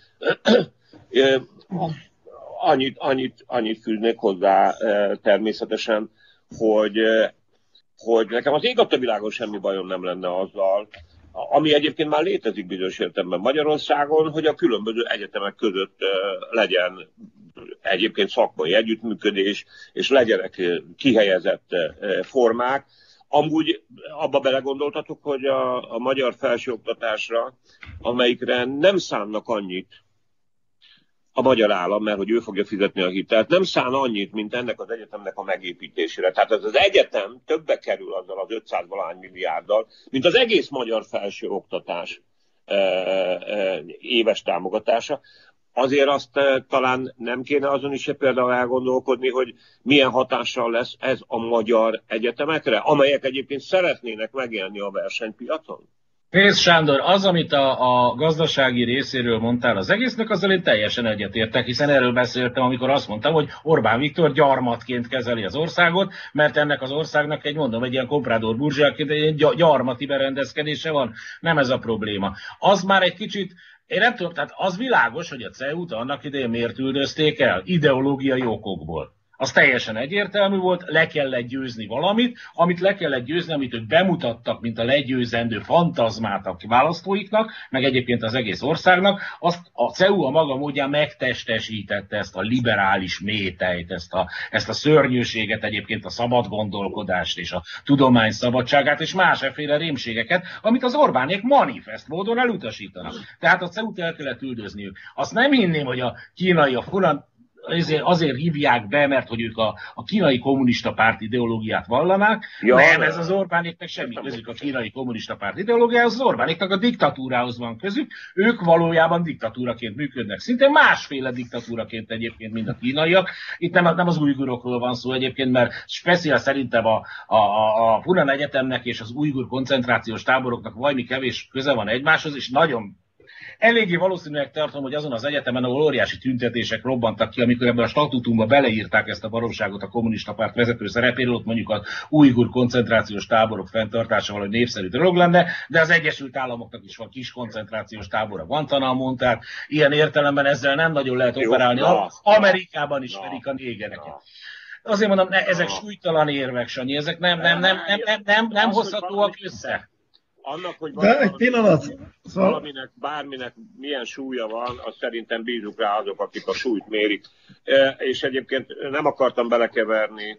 annyit, annyit, annyit fűznék hozzá uh, természetesen, hogy, uh, hogy nekem az ég adta világon semmi bajom nem lenne azzal, ami egyébként már létezik bizonyos értelemben Magyarországon, hogy a különböző egyetemek között legyen egyébként szakmai együttműködés, és legyenek kihelyezett formák. Amúgy abba belegondoltatok, hogy a, a magyar felsőoktatásra, amelyikre nem szánnak annyit a magyar állam, mert hogy ő fogja fizetni a hitelt, nem szán annyit, mint ennek az egyetemnek a megépítésére. Tehát ez az egyetem többe kerül azzal az ötszáz valány milliárddal, mint az egész magyar felsőoktatás e, e, éves támogatása. Azért azt e, talán nem kéne azon is például elgondolkodni, hogy milyen hatással lesz ez a magyar egyetemekre, amelyek egyébként szeretnének megélni a versenypiacon? Pénz Sándor, az, amit a, a gazdasági részéről mondtál az egésznek, azzal én teljesen egyetértek, hiszen erről beszéltem, amikor azt mondtam, hogy Orbán Viktor gyarmatként kezeli az országot, mert ennek az országnak egy, mondom, egy ilyen komprádor burzsáként egy gyarmati berendezkedése van. Nem ez a probléma. Az már egy kicsit, én nem tudom, tehát az világos, hogy a cé e u-t annak idején miért üldözték el? Ideológiai okokból. Az teljesen egyértelmű volt, le kellett győzni valamit, amit le kellett győzni, amit ők bemutattak, mint a legyőzendő fantazmát a választóiknak, meg egyébként az egész országnak, azt a cé e u a maga módján megtestesítette ezt a liberális métejt, ezt a, ezt a szörnyűséget, egyébként a szabad gondolkodást és a tudomány szabadságát, és másféle rémségeket, amit az Orbánék manifest módon elutasítanak. Tehát a cé e u-t el kellett üldözniük. Azt nem hinném, hogy a kínai, a furan, Azért, azért hívják be, mert hogy ők a, a kínai kommunista párt ideológiát vallanák. Ja, nem, ez az Orbánéknek semmi közük a kínai kommunista párt ideológiához, az Orbánéknak a diktatúrához van közük. Ők valójában diktatúraként működnek. Szinte másféle diktatúraként egyébként, mint a kínaiak. Itt nem, nem az ujgurokról van szó egyébként, mert speciál szerintem a, a, a Funan Egyetemnek és az ujgur koncentrációs táboroknak valami kevés köze van egymáshoz, és nagyon eléggé valószínűleg tartom, hogy azon az egyetemen, ahol óriási tüntetések robbantak ki, amikor ebben a statutumba beleírták ezt a baromságot a kommunista párt vezető szerepéről, ott mondjuk az ujgur koncentrációs táborok fenntartása valahogy népszerű dolog lenne, de az Egyesült Államoknak is van kis koncentrációs tábora Guantanamon, tehát ilyen értelemben ezzel nem nagyon lehet operálni. Amerikában is verik a négereket. Azért mondom, ne, ezek súlytalan érvek, Sanyi, ezek nem, nem, nem, nem, nem, nem, nem hozhatóak össze. Annak, hogy De egy pillanat. Szóval... valaminek, bárminek milyen súlya van, azt szerintem bízunk rá azok, akik a súlyt mérik. E, és egyébként nem akartam belekeverni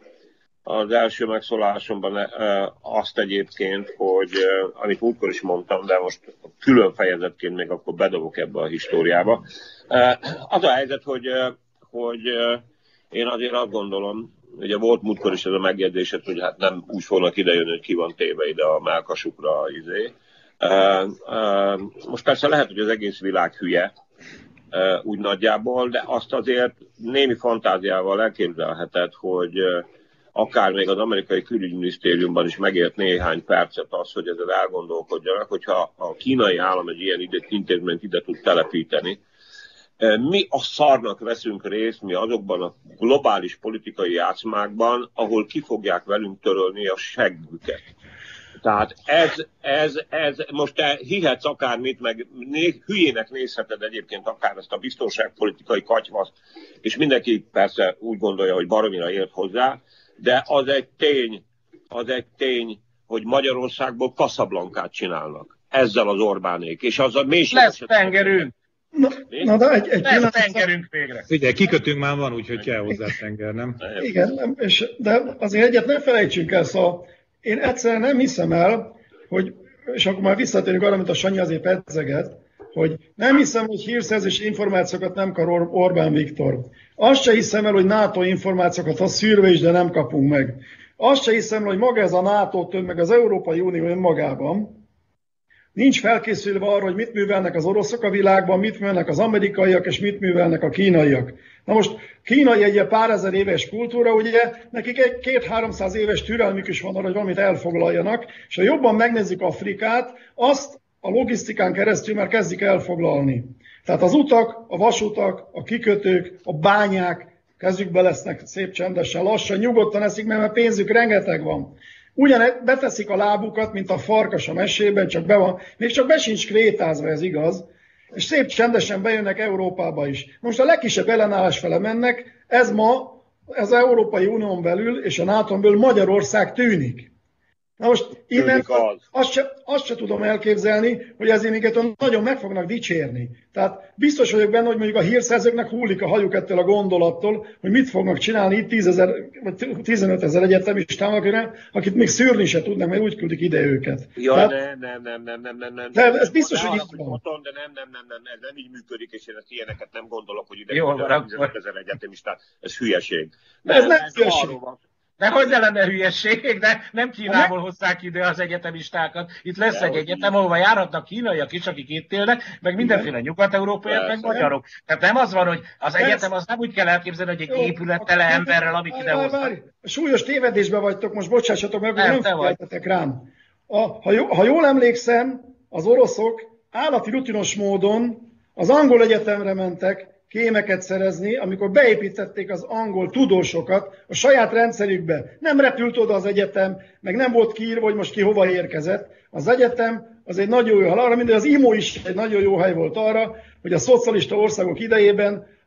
az első megszólásomban e, azt egyébként, hogy e, amit múltkor is mondtam, de most külön fejezetként még akkor bedobok ebbe a históriába. E, az a helyzet, hogy, e, hogy e, én azért azt gondolom, ugye volt múltkor is ez a megjegyzésed, hogy hát nem úgy fognak idejönni, hogy ki van téve ide a mellkasukra izé. Uh, uh, most persze lehet, hogy az egész világ hülye, uh, úgy nagyjából, de azt azért némi fantáziával elképzelheted, hogy uh, akár még az amerikai külügyminisztériumban is megért néhány percet az, hogy ezzel elgondolkodjanak, hogyha a kínai állam egy ilyen intézményt ide tud telepíteni, mi a szarnak veszünk részt, mi azokban a globális politikai játszmákban, ahol ki fogják velünk törölni a seggüket. Tehát ez, ez, ez, most te hihetsz akármit, meg né, hülyének nézheted egyébként akár ezt a biztonságpolitikai katyvaszt, és mindenki persze úgy gondolja, hogy baromira ért hozzá, de az egy tény, az egy tény, hogy Magyarországból Casablancát csinálnak. Ezzel az Orbánék. És az a mélységes... Lesz tengerünk! Na, na de egy, egy pillanat... tengerünk végre. Ugye, kikötünk már van, úgyhogy kell hozzá tenger, nem? Igen, nem, és, de azért egyet nem felejtsünk el, szóval én egyszerűen nem hiszem el, hogy, és akkor már visszatérünk arra, mint a Sanyi azért pedzeget, hogy nem hiszem, hogy hírszerzési információkat nem kap Orbán Viktor. Azt se hiszem el, hogy NATO információkat az szűrve is, de nem kapunk meg. Azt se hiszem el, hogy maga ez a NATO több, meg az Európai Unió önmagában nincs felkészülve arra, hogy mit művelnek az oroszok a világban, mit művelnek az amerikaiak, és mit művelnek a kínaiak. Na most kínai egy pár ezer éves kultúra, ugye, nekik egy két-háromszáz éves türelmük is van arra, hogy valamit elfoglaljanak, és ha jobban megnézzük Afrikát, azt a logisztikán keresztül már kezdik elfoglalni. Tehát az utak, a vasutak, a kikötők, a bányák kezükbe lesznek szép csendesen, lassan, nyugodtan eszik, mert pénzük rengeteg van. Ugyan beteszik a lábukat, mint a farkas a mesében, csak be van, még csak be sincs krétázva, ez igaz, és szép csendesen bejönnek Európába is. Most a legkisebb ellenállás fele mennek, ez ma az Európai Unión belül és a náton belül Magyarország tűnik. Na most innen azt se, azt se tudom elképzelni, hogy ezért minket nagyon meg fognak dicsérni. Tehát biztos vagyok benne, hogy mondjuk a hírszerzőknek hullik a hajuk ettől a gondolattól, hogy mit fognak csinálni itt tízezer vagy tizenötezer egyetemistának, akit még szűrni se tudnak, mert úgy küldik ide őket. Ja, Tehát, nem, nem, nem, nem, nem, nem, nem. De ez biztos, hogy itt van. De nem, nem, nem, nem, ez nem így működik, és én ezt ilyeneket nem gondolok, hogy ide tizenötezer egyetemistát. Ez hülyeség. De ez nem hülyeség. De hogy ne lenne hülyeség, de nem Kínából hozzák ide az egyetemistákat. Itt lesz de egy egyetem, ahova járhatnak kínaiak is, akik itt élnek, meg mindenféle nyugat-európaiak, meg magyarok. Tehát nem az van, hogy az Persze. egyetem az nem úgy kell elképzelni, hogy egy Jó, épület tele emberrel, amik ide hoznak. Súlyos tévedésbe vagytok, most bocsássatok meg, nem, nem figyeltetek rám. A, ha, jó, ha jól emlékszem, az oroszok állati rutinos módon az angol egyetemre mentek, kémeket szerezni, amikor beépítették az angol tudósokat a saját rendszerükbe. Nem repült oda az egyetem, meg nem volt kiírva, hogy most ki hova érkezett. Az egyetem az egy nagyon jó hely, arra minden, az i em o is egy nagyon jó hely volt arra, hogy a szocialista országok idejében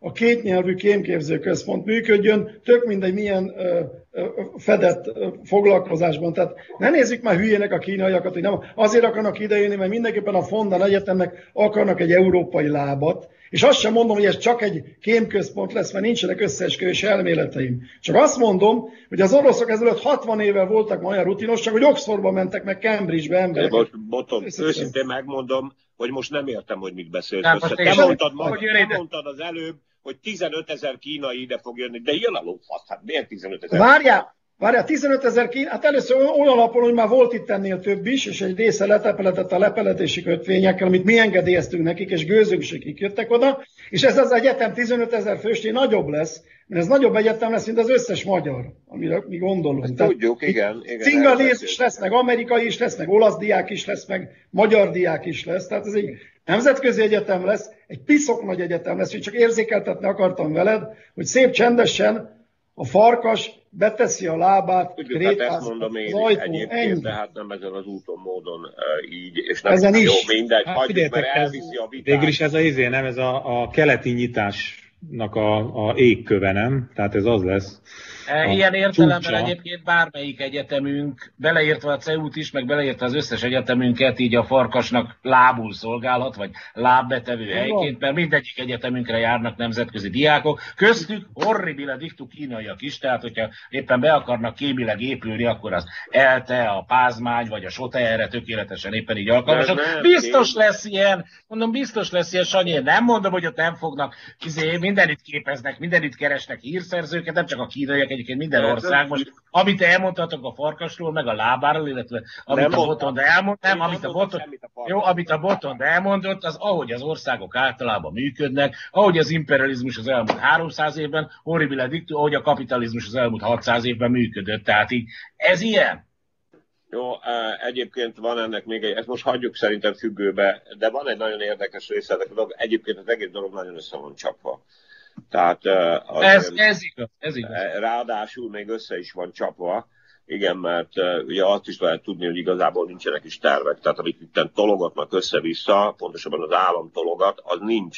a kétnyelvű kémképző központ működjön, tök mindegy milyen ö, ö, fedett ö, foglalkozásban. Tehát ne nézzük már hülyének a kínaiakat, hogy nem azért akarnak idejönni, mert mindenképpen a Fondan Egyetemnek akarnak egy európai lábat, és azt sem mondom, hogy ez csak egy kémközpont lesz, mert nincsenek összeesküvés elméleteim. Csak azt mondom, hogy az oroszok ezelőtt hatvan évvel voltak ma olyan rutinosak, hogy Oxfordba mentek, meg Cambridge-be emberek. Most, botom, őszintén megmondom, hogy most nem értem, hogy mit beszélsz Nem, össze. te Te mondtad, hogy te mondtad az előbb, hogy tizenöt ezer kínai ide fog jönni, de jön a lófasz, hát miért tizenöt ezer? Várjál! Várjál, tizenöt ezer kín, hát először olyan alapon, hogy már volt itt ennél több is, és egy része letepeledett a lepeletési kötvényekkel, amit mi engedélyeztünk nekik, és gőzőségig jöttek oda, és ez az egyetem tizenöt ezer fősté nagyobb lesz, mert ez nagyobb egyetem lesz, mint az összes magyar, amire mi gondolunk. Ezt tudjuk, igen. igen Cingalész is lesz, meg amerikai is lesz, meg olasz diák is lesz, meg magyar diák is lesz, tehát ez egy nemzetközi egyetem lesz, egy piszok nagy egyetem lesz, hogy csak érzékeltetni akartam veled, hogy szép csendesen a farkas beteszi a lábát, krétáz az ajtón, ennyi. Tehát nem ezen az úton, módon uh, így, és nem ezen jó, is. mindegy, Hát, hagyjuk, mert elviszi a vitát. Végül is ez a izé, nem, ez a, a keleti nyitásnak a, a égköve, nem? Tehát ez az lesz. Ilyen értelemben egyébként bármelyik egyetemünk, beleértve a cé e u-t is, meg beleértve az összes egyetemünket, így a farkasnak lábul szolgálhat, vagy lábbetevő helyként, mert mindegyik egyetemünkre járnak nemzetközi diákok, köztük horribile dictu kínaiak is, tehát hogyha éppen be akarnak kémileg épülni, akkor az ELTE, a Pázmány, vagy a SOTE erre tökéletesen éppen így alkalmasak. Biztos lesz ilyen, mondom, biztos lesz ilyen, Sanyi, én nem mondom, hogy ott nem fognak, izé, mindenit képeznek, mindenit keresnek hírszerzőket, nem csak a kínaiak, egyébként minden ország. Most, amit elmondhatok a farkasról, meg a lábáról, illetve amit nem a Botond elmond, nem, amit a Botond, jó, amit a Botond elmondott, az ahogy az országok általában működnek, ahogy az imperializmus az elmúlt háromszáz évben, horribile dictu, ahogy a kapitalizmus az elmúlt hatszáz évben működött. Tehát így, ez ilyen. Jó, egyébként van ennek még egy, ezt most hagyjuk szerintem függőbe, de van egy nagyon érdekes része, de egyébként az egész dolog nagyon össze van csapva. Tehát, ez, ez igaz, ez igaz. Ráadásul még össze is van csapva, igen, mert ugye azt is lehet tudni, hogy igazából nincsenek is tervek. Tehát amit itt tologatnak össze-vissza, pontosabban az állam tologat, az nincs.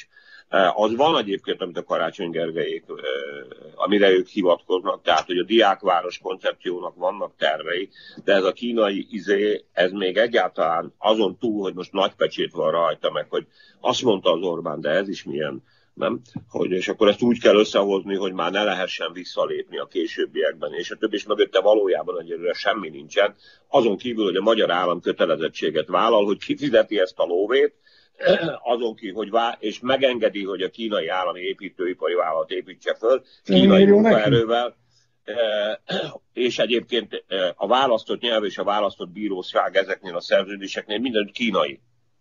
Az van egyébként, amit a Karácsony Gergelyék, amire ők hivatkoznak, tehát hogy a diákváros koncepciónak vannak tervei, de ez a kínai izé, ez még egyáltalán azon túl, hogy most nagy pecsét van rajta, meg hogy azt mondta az Orbán, de ez is milyen, nem? Hogy, és akkor ezt úgy kell összehozni, hogy már ne lehessen visszalépni a későbbiekben, és a többi is mögötte valójában egyelőre semmi nincsen, azon kívül, hogy a magyar állam kötelezettséget vállal, hogy kifizeti ezt a lóvét, azon ki, hogy vá- és megengedi, hogy a kínai állami építőipari vállalat építse föl, kínai munkaerővel, és egyébként a választott nyelv és a választott bíróság ezeknél a szerződéseknél minden kínai.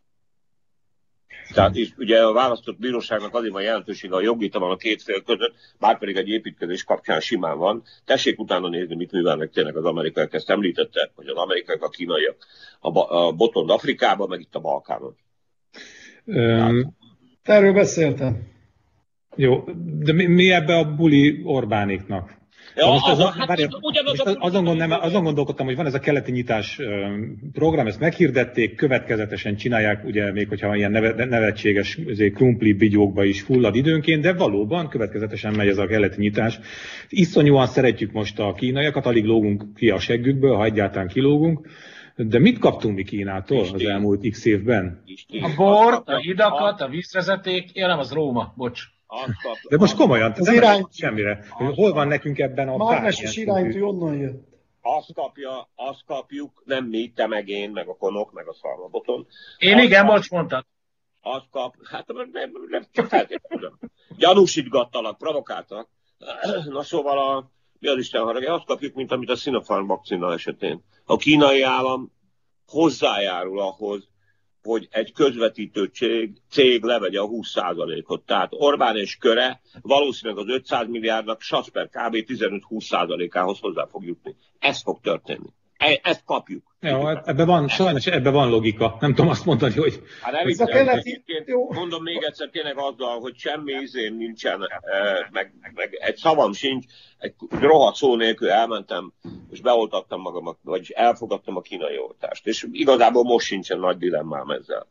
Tehát is, ugye a választott bíróságnak azért van jelentősége a jogvita van a két fél között, bárpedig egy építkezés kapcsán simán van. Tessék utána nézni, mit művelnek tényleg az amerikaiak, ezt említette, hogy az amerikaiak, a kínaiak a, a Botond Afrikában, meg itt a Balkánon. Um, Erről beszéltem. Jó, de mi, mi ebbe a buli Orbánéknak? Ja, most az, azon, hát, várjál, most az, azon, gond, nem, azon gondolkodtam, hogy van ez a keleti nyitás program, ezt meghirdették, következetesen csinálják, ugye még hogyha ilyen neve, nevetséges krumpli bigyókba is fullad időnként, de valóban következetesen megy ez a keleti nyitás. Iszonyúan szeretjük most a kínaiakat, alig lógunk ki a seggükből, ha egyáltalán kilógunk. De mit kaptunk mi Kínától Isten. az elmúlt x évben? Isten. A bort, a hidakat, a vízvezeték, ja nem, az Róma, bocs. De most komolyan, az irány... semmire. Hol van nekünk ebben a mágneses iránytű onnan jött. Azt kapja, azt kapjuk, nem mi, te meg én, meg a konok, meg a szalmaboton. Én azt igen, most mondtad. Azt kap, hát nem, nem, nem csak feltétlenül. Gyanúsítgattalak, provokáltak. Na szóval a, mi az Isten haragja, azt kapjuk, mint amit a Sinopharm vakcina esetén. A kínai állam hozzájárul ahhoz, hogy egy közvetítő cég, cég levegye a húsz százalékot. Tehát Orbán és köre valószínűleg az ötszáz milliárdnak Sasper kb. tizenöt-húsz százalékához hozzá fog jutni. Ez fog történni. E- ezt kapjuk. Jó, ebben van, sajnos ebben van logika. Nem tudom azt mondani, hogy... Hát ez a keleti... Mondom még egyszer tényleg azzal, hogy semmi izén nincsen, meg, meg egy szavam sincs, egy rohadt szó nélkül elmentem, és beoltattam magamat, vagyis elfogadtam a kínai oltást. És igazából most sincsen nagy dilemmám ezzel.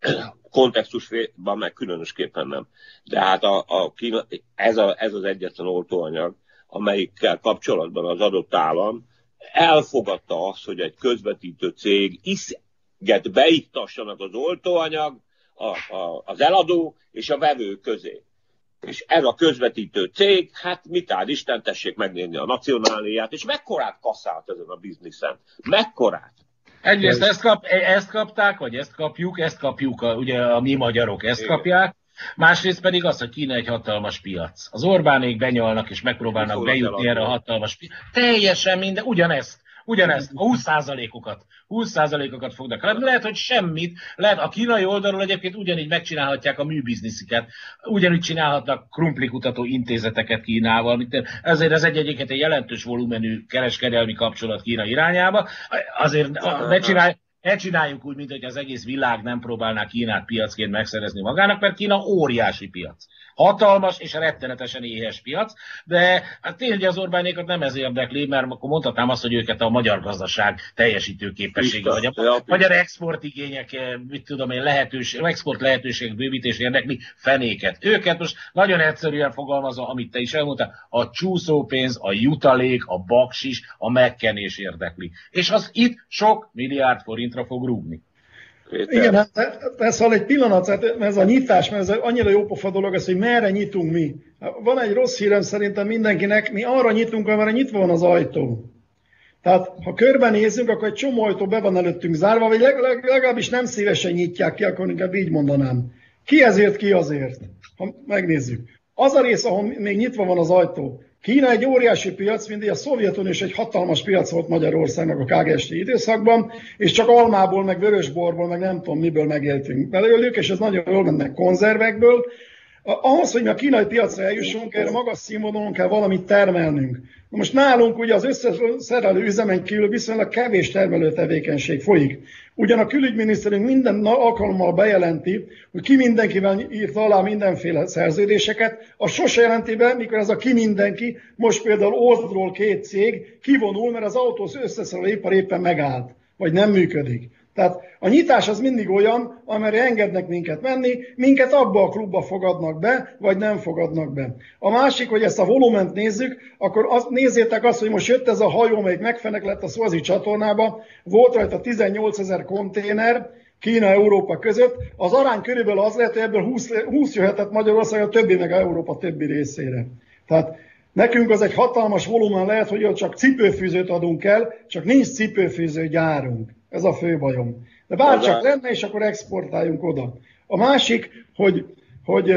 kontextusban meg különösképpen nem. De hát a, a Kína, ez, a, ez az egyetlen oltóanyag, amelyikkel kapcsolatban az adott állam elfogadta azt, hogy egy közvetítő cég iszget beiktassanak az oltóanyag, a, a, az eladó és a vevő közé. És ez a közvetítő cég, hát mit áll Isten, tessék megnézni a nacionáliát, és mekkorát kasszált ezen a bizniszen? Mekkorát? Egyrészt ezt, kap, ezt kapták, vagy ezt kapjuk, ezt kapjuk, a, ugye a mi magyarok ezt Igen. kapják, másrészt pedig az, hogy Kína egy hatalmas piac. Az Orbánék benyalnak és megpróbálnak bejutni erre a hatalmas piac. Teljesen minden, ugyanezt. Ugyanezt, a húsz százalékokat, húsz százalékokat fognak. Hát lehet, hogy semmit, lehet a kínai oldalról egyébként ugyanígy megcsinálhatják a műbiznisziket, ugyanígy csinálhatnak krumplikutató intézeteket Kínával, ezért ez egy-egyiket egy jelentős volumenű kereskedelmi kapcsolat Kína irányába, azért ne, csinálj, ne csináljuk úgy, mint hogy az egész világ nem próbálná Kínát piacként megszerezni magának, mert Kína óriási piac. Hatalmas és rettenetesen éhes piac, de hát tényleg az Orbánékat nem ez érdekli, mert akkor mondhatnám azt, hogy őket a magyar gazdaság teljesítő képessége, vagy a magyar exportigények, mit tudom én, lehetőség, export lehetőségek bővítés érdekli fenéket. Őket most nagyon egyszerűen fogalmazva, amit te is elmondtál, a csúszópénz, a jutalék, a baksis, a megkenés érdekli. És az itt sok milliárd forintra fog rúgni. Igen, hát ez szóval egy pillanat, ez a nyitás, mert ez annyira jópofa dolog, ez, hogy merre nyitunk mi. Van egy rossz hírem szerintem mindenkinek, mi arra nyitunk, amerre nyitva van az ajtó. Tehát, ha körbenézzünk, akkor egy csomó ajtó be van előttünk zárva, vagy legalábbis nem szívesen nyitják ki, akkor inkább így mondanám. Ki ezért, ki azért? Ha megnézzük. Az a rész, ahol még nyitva van az ajtó. Kína egy óriási piac, mindig a Szovjetunió is egy hatalmas piac volt Magyarországnak a ká gé es té időszakban, és csak almából, meg vörösborból, meg nem tudom miből megéltünk belőlük, és ez nagyon jól mennek konzervekből. Ahhoz, hogy mi a kínai piacra eljussunk, erre magas színvonalon kell valamit termelnünk. Na most nálunk ugye az összeszerelő üzemen kívül viszonylag kevés termelő tevékenység folyik. Ugyan a külügyminiszterünk minden alkalommal bejelenti, hogy ki mindenkivel írt alá mindenféle szerződéseket, az sose jelenti be, mikor ez a ki mindenki, most például Ozdról két cég kivonul, mert az autós összeszerelő ipar éppen megállt, vagy nem működik. Tehát a nyitás az mindig olyan, amerre engednek minket menni, minket abba a klubba fogadnak be, vagy nem fogadnak be. A másik, hogy ezt a volument nézzük, akkor az, nézzétek azt, hogy most jött ez a hajó, amelyik megfenek lett a Szuazi csatornába, volt rajta tizennyolcezer konténer Kína-Európa között, az arány körülbelül az lehet, hogy ebből húsz, húsz jöhetett Magyarország, a többi meg Európa többi részére. Tehát nekünk az egy hatalmas volumen lehet, hogy ott csak cipőfűzőt adunk el, csak nincs cipőfűző gyárunk. Ez a fő bajom. De bárcsak lenne, és akkor exportáljunk oda. A másik, hogy, hogy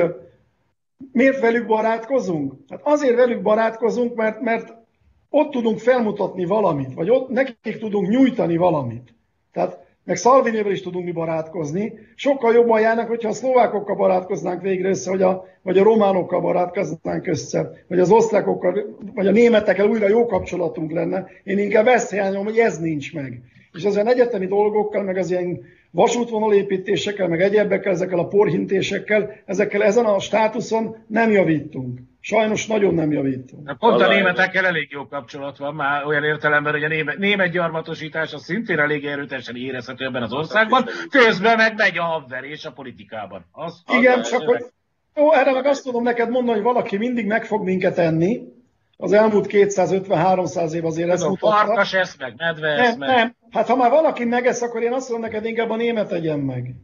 miért velük barátkozunk? Hát azért velük barátkozunk, mert, mert ott tudunk felmutatni valamit, vagy ott nekik tudunk nyújtani valamit. Tehát meg Salvinivel is tudunk mi barátkozni. Sokkal jobban járnak, hogyha a szlovákokkal barátkoznánk végre össze, vagy a, vagy a románokkal barátkoznánk össze, vagy az osztrákokkal, vagy a németekkel újra jó kapcsolatunk lenne. Én inkább ezt hiányolom, hogy ez nincs meg. És az ilyen egyetemi dolgokkal, meg az ilyen vasútvonalépítésekkel, meg egyebekkel, ezekkel a porhintésekkel, ezekkel ezen a státuszon nem javítunk. Sajnos nagyon nem javítunk. Pont a németekkel elég jó kapcsolat van már olyan értelemben, hogy a német, német gyarmatosítás az szintén elég erőteljesen érezhető ebben az országban, közben meg megy a habverés a politikában. Az, Igen, az csak hogy jó, erre meg azt tudom neked mondani, hogy valaki mindig meg fog minket enni. Az elmúlt kétszázötven-háromszáz év azért ezt mutatta. Farkas esz meg, medve esz nem, meg. Nem, hát ha már valaki megesz, akkor én azt mondom neked, inkább a német egyen meg.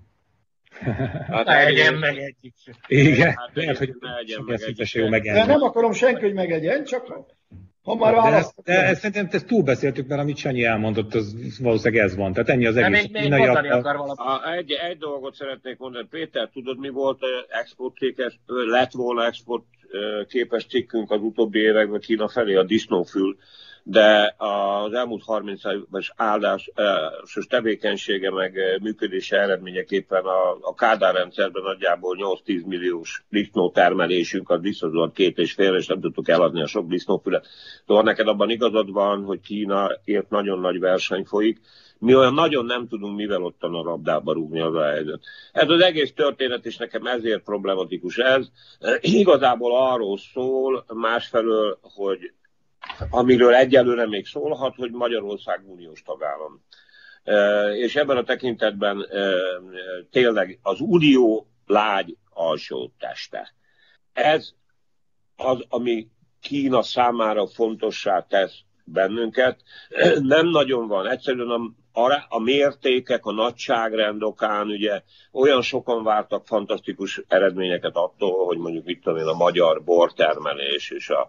Hát ne egyen meg egyik sem. Igen, hát lehet, hogy jó megenni. De nem akarom senki, hogy megegyen, csak ha már választok. De, de ezt szerintem ezt túlbeszéltük, mert amit Sanyi elmondott, az valószínűleg ez van. Tehát ennyi az egész. Még, még mondani akar valamit. Egy, egy dolgot szeretnék mondani. Péter, tudod, mi volt exportképes, lett volna export képes cikkünk az utóbbi években Kína felé, a disznófül, de az elmúlt harminc éves áldásos tevékenysége meg működése eredményeképpen a, a Kádár rendszerben nagyjából nyolc-tíz milliós disznó termelésünk, az visszazott két és fél, és nem tudtuk eladni a sok disznófület. Szóval neked abban igazad van, hogy Kínaért nagyon nagy verseny folyik. Mi olyan nagyon nem tudunk mivel ottan a labdába rúgni, az a helyzet. Ez az egész történet, és nekem ezért problematikus ez. Igazából arról szól másfelől, hogy amiről egyelőre még szólhat, hogy Magyarország uniós tagállam. És ebben a tekintetben tényleg az unió lágy alsó teste. Ez az, ami Kína számára fontossá tesz bennünket. Nem nagyon van. Egyszerűen a, a, a mértékek, a nagyságrend okán ugye olyan sokan vártak fantasztikus eredményeket attól, hogy mondjuk mit tudom én, a magyar bortermelés és a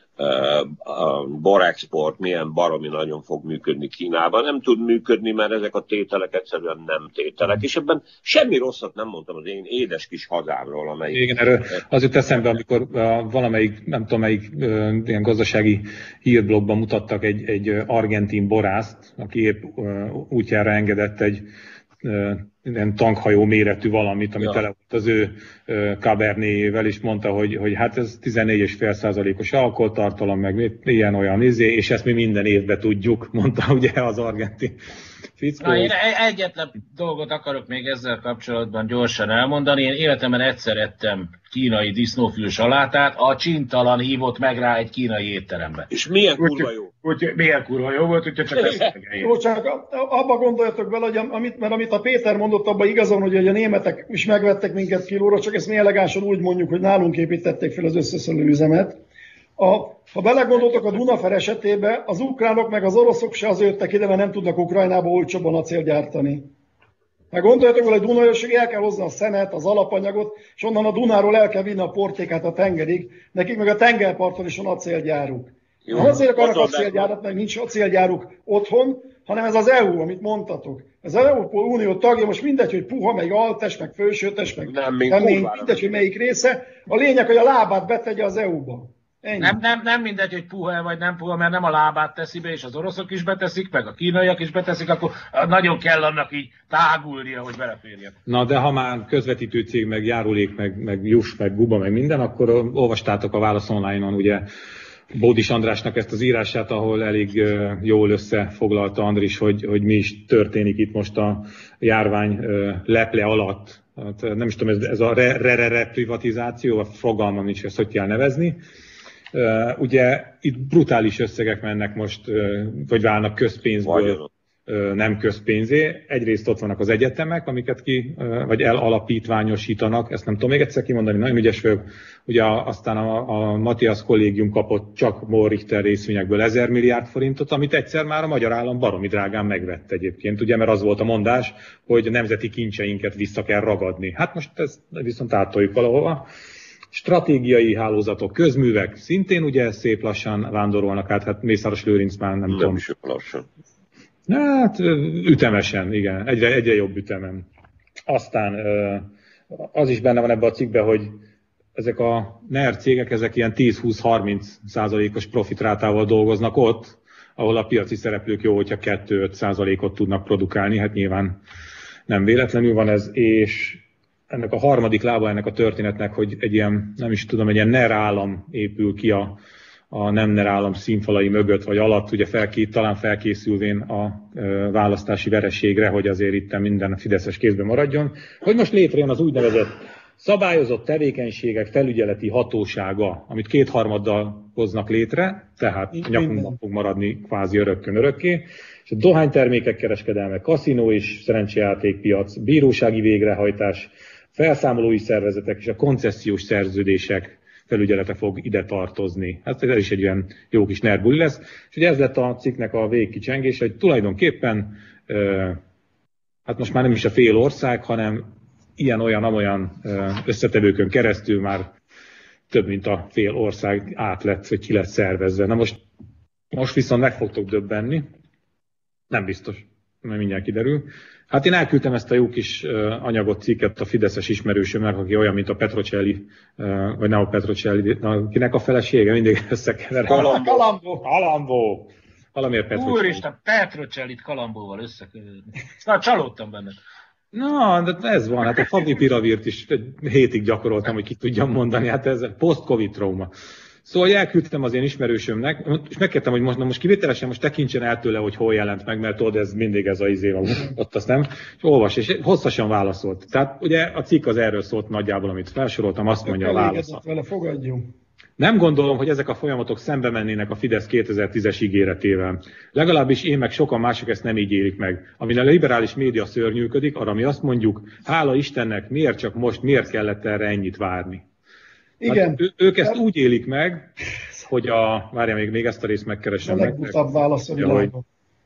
a borexport milyen baromi nagyon fog működni Kínában. Nem tud működni, mert ezek a tételek egyszerűen nem tételek. És ebben semmi rosszat nem mondtam az én édes kis hazámról, amelyik... Igen, erről az jut eszembe, amikor valamelyik, nem tudom melyik ilyen gazdasági hírblogban mutattak egy, egy argentin borászt, aki épp útjára engedett egy ilyen tankhajó méretű valamit, ami ja. tele volt az ő Cabernéjével, és mondta, hogy, hogy hát ez tizennégy egész öt százalékos alkoholtartalom, meg ilyen-olyan izé, és ezt mi minden évben tudjuk, mondta ugye az argentin fickó. Na, én egyetlen dolgot akarok még ezzel kapcsolatban gyorsan elmondani. Én életemben egyszer ettem kínai disznófül salátát, a csintalan hívott meg rá egy kínai étterembe. És milyen kurva jó? Úgy, milyen kurva jó volt, úgyhogy csak ezt Jó, csak abba gondoljatok bele, hogy amit, mert amit a Péter mondott, abban igazán, hogy a németek is megvettek minket kilóra, csak ezt mi elegánsan úgy mondjuk, hogy nálunk építették fel az összeszóló üzemet. A, ha belegondoltok a Dunafer esetében, az ukránok meg az oroszok se azért jöttek ide, mert nem tudnak Ukrajnába olcsóbban acélt gyártani. Meg gondoljatok vele, hogy Dunajösség el kell hozni a szenet, az alapanyagot, és onnan a Dunáról el kell vinni a portékát a tengerig, nekik meg a tengerparton is van acélgyáruk. Jó, nem azért akarnak acélgyárat, meg nincs acélgyáruk otthon, hanem ez az é u, amit mondtatok. Ez az Európai Unió tagja, most mindegy, hogy puha, meg altes, meg fősőtes, meg nem, kemény, mindegy, hogy melyik része. A lényeg, hogy a lábát betegye az é u-ba. Nem, nem, nem mindegy, hogy puha vagy nem puha, mert nem a lábát teszi be, és az oroszok is beteszik, meg a kínaiak is beteszik, akkor nagyon kell annak így tágulnia, hogy beleférjen. Na, de ha már közvetítő cég, meg járulék, meg, meg juss, meg guba, meg minden, akkor olvastátok a Válasz Online-on ugye Bódis Andrásnak ezt az írását, ahol elég jól összefoglalta Andris, hogy, hogy mi is történik itt most a járvány leple alatt. Hát nem is tudom, ez, ez a re-re-re privatizáció, a fogalmam nincs, ezt hogy kell nevezni. Uh, ugye itt brutális összegek mennek most, uh, vagy válnak közpénzből, uh, nem közpénzé. Egyrészt ott vannak az egyetemek, amiket ki, uh, vagy elalapítványosítanak, ezt nem tudom még egyszer kimondani, nagyon ügyes vagyok. Ugye aztán a, a Matthias kollégium kapott csak Moll Richter részvényekből ezer milliárd forintot, amit egyszer már a magyar állam baromi drágán megvett egyébként, ugye, mert az volt a mondás, hogy a nemzeti kincseinket vissza kell ragadni. Hát most ezt viszont átoljuk valahova. Stratégiai hálózatok, közművek szintén ugye szép lassan vándorolnak át, hát Mészáros Lőrinc már nem, nem tudom. Nem lassan. Hát ütemesen, igen, egyre, egyre jobb ütemen. Aztán az is benne van ebben a cikkben, hogy ezek a NER cégek, ezek ilyen tíz-húsz-harminc százalékos profitrátával dolgoznak ott, ahol a piaci szereplők jó, hogyha kettő-öt százalékot tudnak produkálni, hát nyilván nem véletlenül van ez, és ennek a harmadik lába ennek a történetnek, hogy egy ilyen, nem is tudom, egy ilyen NER állam épül ki a, a nem NER állam színfalai mögött, vagy alatt, ugye felké, talán felkészülvén a e, választási vereségre, hogy azért itt minden fideszes kézben maradjon, hogy most létrejön az úgynevezett szabályozott tevékenységek felügyeleti hatósága, amit kétharmaddal hoznak létre, tehát nyakunkban fog maradni kvázi örökkön örökké, és a dohánytermékek kereskedelme, kaszinó és szerencsejátékpiac, bírósági végrehajtás, felszámolói szervezetek és a koncesziós szerződések felügyelete fog ide tartozni. Hát ez is egy olyan jó kis nerbuli lesz. És ugye ez lett a cikknek a végkicsengése, hogy tulajdonképpen hát most már nem is a fél ország, hanem ilyen-olyan-amolyan összetevőkön keresztül már több mint a fél ország át lett, vagy ki lett szervezve. Na most, most viszont meg fogtok döbbenni. Nem biztos, mert mindjárt kiderül. Hát én elküldtem ezt a jó kis uh, anyagot, cikket a fideszes ismerősömnek, aki olyan, mint a Petrocelli, uh, vagy nem a Petrocelli, kinek a felesége, mindig összekever. Kalambó. Kalambó. Valamiért Petrocelli. Úristen, Petrocellit Kalambóval összekeverni. Na, csalódtam benne. Na, de ez van, hát a Favipiravírt is egy hétig gyakoroltam, hogy ki tudjam mondani, hát ez post-covid trauma. Szóval elküldtem az én ismerősömnek, és megkértem, hogy most, na most kivételesen most tekintsen el tőle, hogy hol jelent meg, mert tudod, ez mindig ez a izé, ott azt nem. És olvas, és hosszasan válaszolt. Tehát ugye a cikk az erről szólt nagyjából, amit felsoroltam, azt mondja a választ. Vele fogadjunk. Nem gondolom, hogy ezek a folyamatok szembe mennének a Fidesz kétezer-tízes ígéretével. Legalábbis én meg sokan mások ezt nem így élik meg. Amin a liberális média szörnyűködik, arra mi azt mondjuk, hála Istennek, miért csak most, miért kellett erre ennyit várni. Igen. Hát, ő, ők ezt úgy élik meg, hogy a... Várjál, még, még ezt a részt megkeresem. A legbutabb válasz a világon.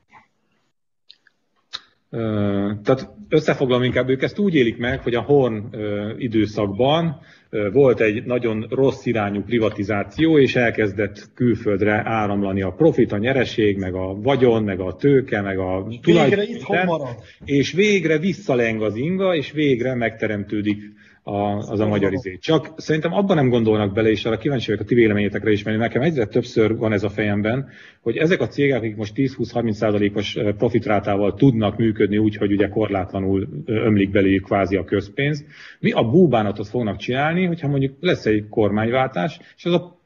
Uh, tehát összefoglalom inkább, ők ezt úgy élik meg, hogy a Horn uh, időszakban uh, volt egy nagyon rossz irányú privatizáció, és elkezdett külföldre áramlani a profit, a nyereség, meg a vagyon, meg a tőke, meg a tulajdon, és végre visszaleng az inga, és végre megteremtődik a, az a magyar izé. Csak szerintem abban nem gondolnak bele, és arra kíváncsi vagyok a ti véleményetekre is, mert nekem egyre többször van ez a fejemben, hogy ezek a cégek, akik most tíz-húsz-harminc százalékos profitrátával tudnak működni úgy, hogy ugye korlátlanul ömlik beléjük kvázi a közpénz, mi a búbánatot fognak csinálni, hogyha mondjuk lesz egy kormányváltás, és az a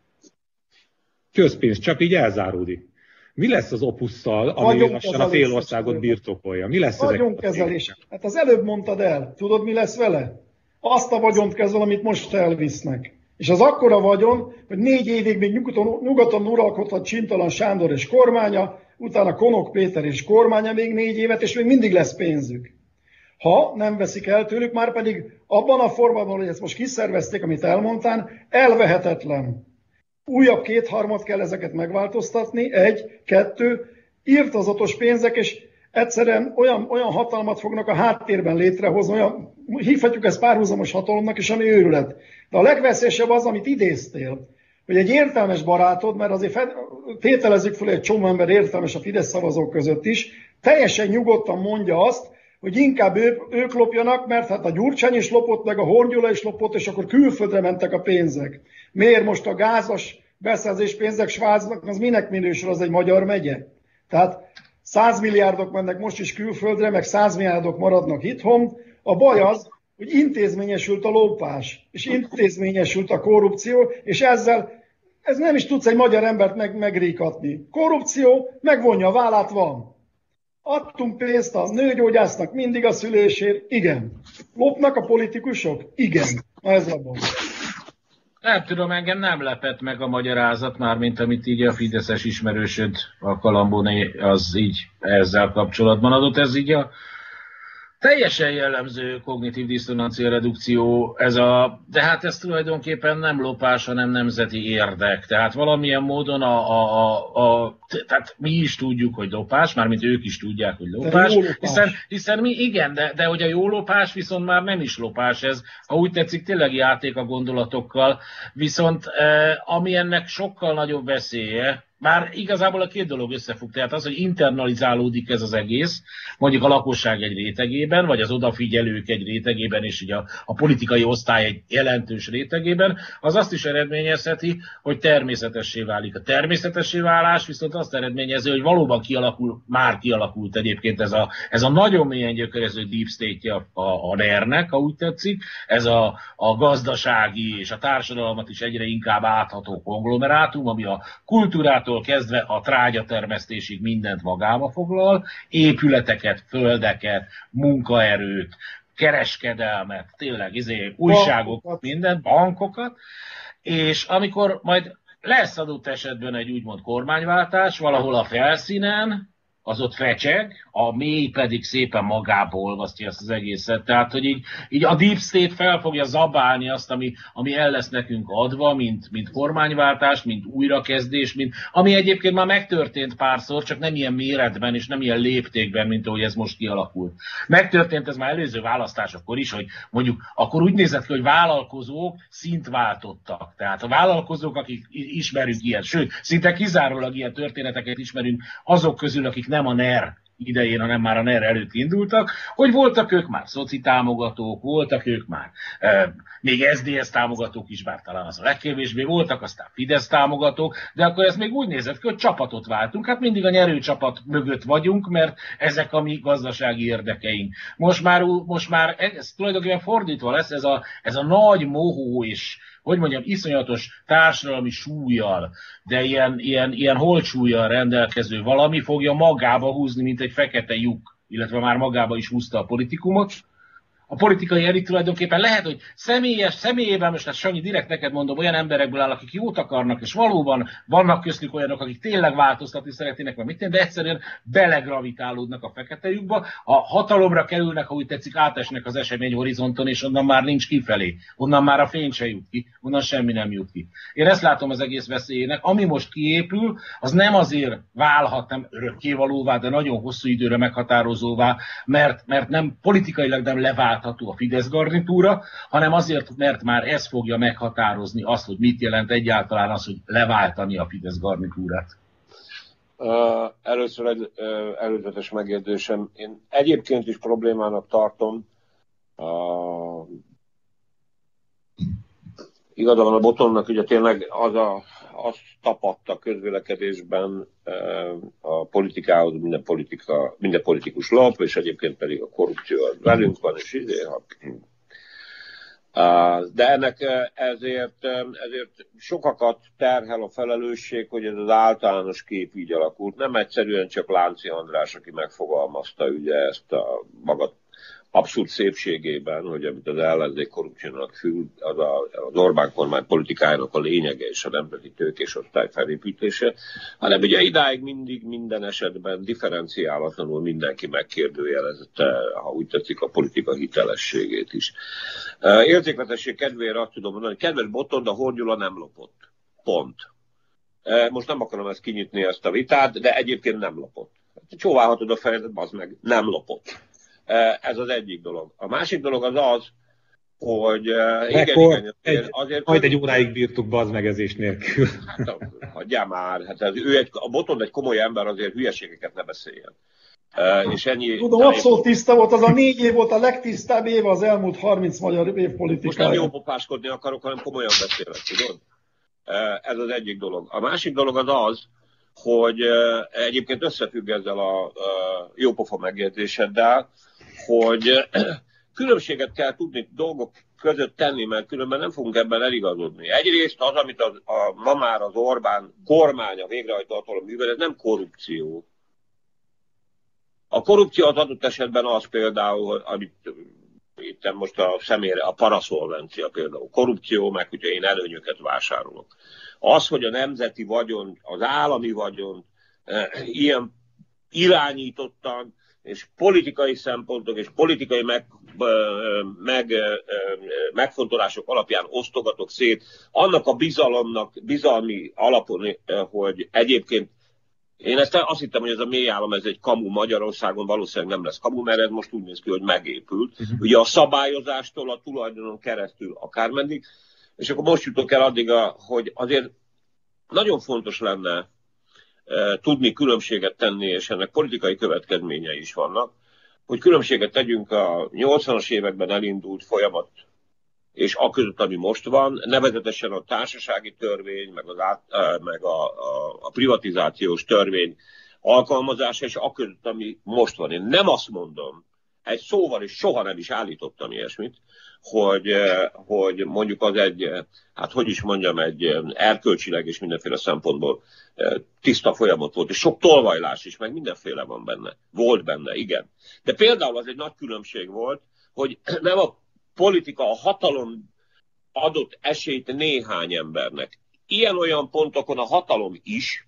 közpénz csak így elzáródik. Mi lesz az opusszal, ami lassan a fél országot birtokolja? Mi lesz ezek? Vagyonkezelés. Hát az előbb mondtad el. Tudod, mi lesz vele? Azt a vagyont kezel, amit most elvisznek. És az akkora vagyon, hogy négy évig még nyugaton, nyugaton uralkodhat Csintalan Sándor és kormánya, utána Konok Péter és kormánya még négy évet, és még mindig lesz pénzük. Ha nem veszik el tőlük, már pedig abban a formában, hogy ezt most kiszervezték, amit elmondtál, elvehetetlen. Újabb kétharmad kell ezeket megváltoztatni, egy, kettő, írtozatos pénzek, és egyszerűen olyan, olyan hatalmat fognak a háttérben létrehozni, olyan, hívhatjuk ezt párhuzamos hatalomnak is, ami őrület. De a legveszélyesebb az, amit idéztél, hogy egy értelmes barátod, mert azért fed, tételezzük fel, egy csomó ember értelmes a Fidesz szavazók között is, teljesen nyugodtan mondja azt, hogy inkább ő, ők lopjanak, mert hát a Gyurcsány is lopott, meg a Horn Gyula is lopott, és akkor külföldre mentek a pénzek. Miért most a gázas beszerzés pénzek Svájcnak, az minek minősül, az egy magyar megye? Tehát száz milliárdok mennek most is külföldre, meg száz milliárdok maradnak itthon. A baj az, hogy intézményesült a lopás, és intézményesült a korrupció, és ezzel ez nem is tudsz egy magyar embert meg, megrékatni. Korrupció, megvonja a vállát, van. Adtunk pénzt a nőgyógyásznak mindig a szülésért, igen. Lopnak a politikusok? Igen. Na ez a baj. Nem tudom, engem nem lepett meg a magyarázat, mármint amit így a fideszes ismerősöd, a Kalambóné, az így ezzel kapcsolatban adott. Ez így a teljesen jellemző kognitív diszonancia redukció, ez a, de hát ez tulajdonképpen nem lopás, hanem nemzeti érdek. Tehát valamilyen módon a, a, a, a tehát mi is tudjuk, hogy lopás, mármint ők is tudják, hogy lopás, lopás. Hiszen, hiszen mi igen, de, de hogy a jó lopás viszont már nem is lopás, ez, ha úgy tetszik, tényleg játék a gondolatokkal, viszont eh, ami ennek sokkal nagyobb veszélye, már igazából a két dolog összefügg, tehát az, hogy internalizálódik ez az egész, mondjuk a lakosság egy rétegében, vagy az odafigyelők egy rétegében, és ugye a, a politikai osztály egy jelentős rétegében, az azt is eredményezheti, hogy természetessé válik. A természetessé válás viszont azt eredményező, hogy valóban kialakul, már kialakult egyébként ez a, ez a nagyon mélyen gyökerező deep state-ja a, a NER-nek, ha úgy tetszik, ez a, a gazdasági és a társadalmat is egyre inkább átható konglomerátum, ami a kultúrát kezdve a trágyatermesztésig mindent magába foglal, épületeket, földeket, munkaerőt, kereskedelmet, tényleg izé, újságok, bankokat. mindent, bankokat, és amikor majd lesz adott esetben egy úgymond kormányváltás, valahol a felszínen, az ott fecseg, a mély pedig szépen magába olvasztja ezt az egészet. Tehát, hogy így, így a Deep State fel fogja zabálni azt, ami, ami el lesz nekünk adva, mint, mint kormányváltás, mint újrakezdés, mint, ami egyébként már megtörtént párszor, csak nem ilyen méretben és nem ilyen léptékben, mint ahogy ez most kialakult. Megtörtént ez már előző választásokor is, hogy mondjuk akkor úgy nézett ki, hogy vállalkozók szint váltottak. Tehát a vállalkozók, akik ismerünk ilyen, sőt, szinte kizárólag ilyen történeteket ismerünk azok közül, akik nem a NER idején, hanem már a NER előtt indultak, hogy voltak ők már szoci támogatók, voltak ők már e, még es zé dé es támogatók is, bár talán az a legkevésbé voltak, aztán Fidesz támogatók, de akkor ez még úgy nézett ki, hogy csapatot váltunk. Hát mindig a nyerőcsapat mögött vagyunk, mert ezek a mi gazdasági érdekeink. Most már, most már ez tulajdonképpen fordítva lesz, ez a, ez a nagy mohó és hogy mondjam, iszonyatos társadalmi súlyjal, de ilyen, ilyen, ilyen holtsúlyjal rendelkező valami fogja magába húzni, mint egy fekete lyuk, illetve már magába is húzta a politikumot, A politikai elit tulajdonképpen lehet, hogy személyes, személyében, most ezt Sanyi, direkt neked mondom, olyan emberekből áll, akik jót akarnak, és valóban vannak köztük olyanok, akik tényleg változtatni szeretnének, vagy mit tenni, de egyszerűen belegravitálódnak a fekete lyukba, a hatalomra kerülnek, ha úgy tetszik, átesnek az esemény horizonton, és onnan már nincs kifelé. Onnan már a fény se jut ki, onnan semmi nem jut ki. Én ezt látom az egész veszélyének. Ami most kiépül, az nem azért válhat, nem örökkévalóvá, de nagyon hosszú időre meghatározóvá, mert, mert nem politikailag nem leváltható a Fidesz garnitúra, hanem azért, mert már ez fogja meghatározni azt, hogy mit jelent egyáltalán az, hogy leváltani a Fidesz garnitúrát. Uh, először egy uh, előzetes megjegyzésem. Én egyébként is problémának tartom. Uh, Igaza van a Botonnak, ugye tényleg az a, azt tapadt a közvélekedésben uh, a politikához minden, politika, minden politikus lap, és egyébként pedig a korrupció az velünk van, és izé, ha... De ennek ezért, ezért sokakat terhel a felelősség, hogy ez az általános kép így alakult. Nem egyszerűen csak Lánci András, aki megfogalmazta ugye ezt a maga abszurd szépségében, hogy amit az ellenzék korrupciónak fül, az a, az Orbán kormány politikájának a lényege és a nemzeti tőkés osztály felépítése, hanem ugye idáig mindig minden esetben differenciálatlanul mindenki megkérdőjelezte, ha úgy tetszik, a politika hitelességét is. Érzékletesség kedvére azt tudom mondani, hogy kedves Botond, a Horn Gyula nem lopott. Pont. Most nem akarom ezt kinyitni, ezt a vitát, de egyébként nem lopott. Csóválhatod a fejedet, bazd meg, nem lopott. Ez az egyik dolog. A másik dolog az az, hogy igen, igen, egy, azért... Majd egy óráig bírtuk bazmegezés nélkül. Hát hagyjál már, hát ez, ő egy, a Botond egy komoly ember, azért hülyeségeket ne beszéljen. Uh, és ennyi... Tudom, abszolút tiszta volt, az a négy év volt a legtisztább éve az elmúlt harminc magyar év politikája. Most nem jó popáskodni akarok, hanem komolyan beszélek, tudod? Uh, ez az egyik dolog. A másik dolog az az, hogy uh, egyébként összefügg ezzel a uh, jópofa megjegyzéseddel, hogy uh, különbséget kell tudni dolgok között tenni, mert különben nem fogunk ebben eligazodni. Egyrészt az, amit az, a, ma már az Orbán kormánya végrehajtó hatalom művel, ez nem korrupció. A korrupció az adott esetben az például, amit itt most a személyre, a paraszolvencia például. Korrupció, meg hogyha én előnyöket vásárolok. Az, hogy a nemzeti vagyon, az állami vagyon e, ilyen irányítottan, és politikai szempontok, és politikai meg, meg, megfontolások alapján osztogatok szét, annak a bizalomnak, bizalmi alapon, hogy egyébként én ezt azt hittem, hogy ez a mély állam, ez egy kamu Magyarországon, valószínűleg nem lesz kamu, mert ez most úgy néz ki, hogy megépült. Uh-huh. Ugye a szabályozástól a tulajdonon keresztül akármeddig, és akkor most jutok el addig, a, hogy azért nagyon fontos lenne e, tudni különbséget tenni, és ennek politikai következményei is vannak, hogy különbséget tegyünk a nyolcvanas években elindult folyamat, és aközött, ami most van, nevezetesen a társasági törvény, meg, az át, meg a, a, a privatizációs törvény alkalmazása, és aközött, ami most van. Én nem azt mondom, egy szóval is soha nem is állítottam ilyesmit, hogy, hogy mondjuk az egy, hát hogy is mondjam, egy erkölcsileg és mindenféle szempontból tiszta folyamat volt, és sok tolvajlás is, meg mindenféle van benne. Volt benne, igen. De például az egy nagy különbség volt, hogy nem a politika, a hatalom adott esélyt néhány embernek. Ilyen-olyan pontokon a hatalom is,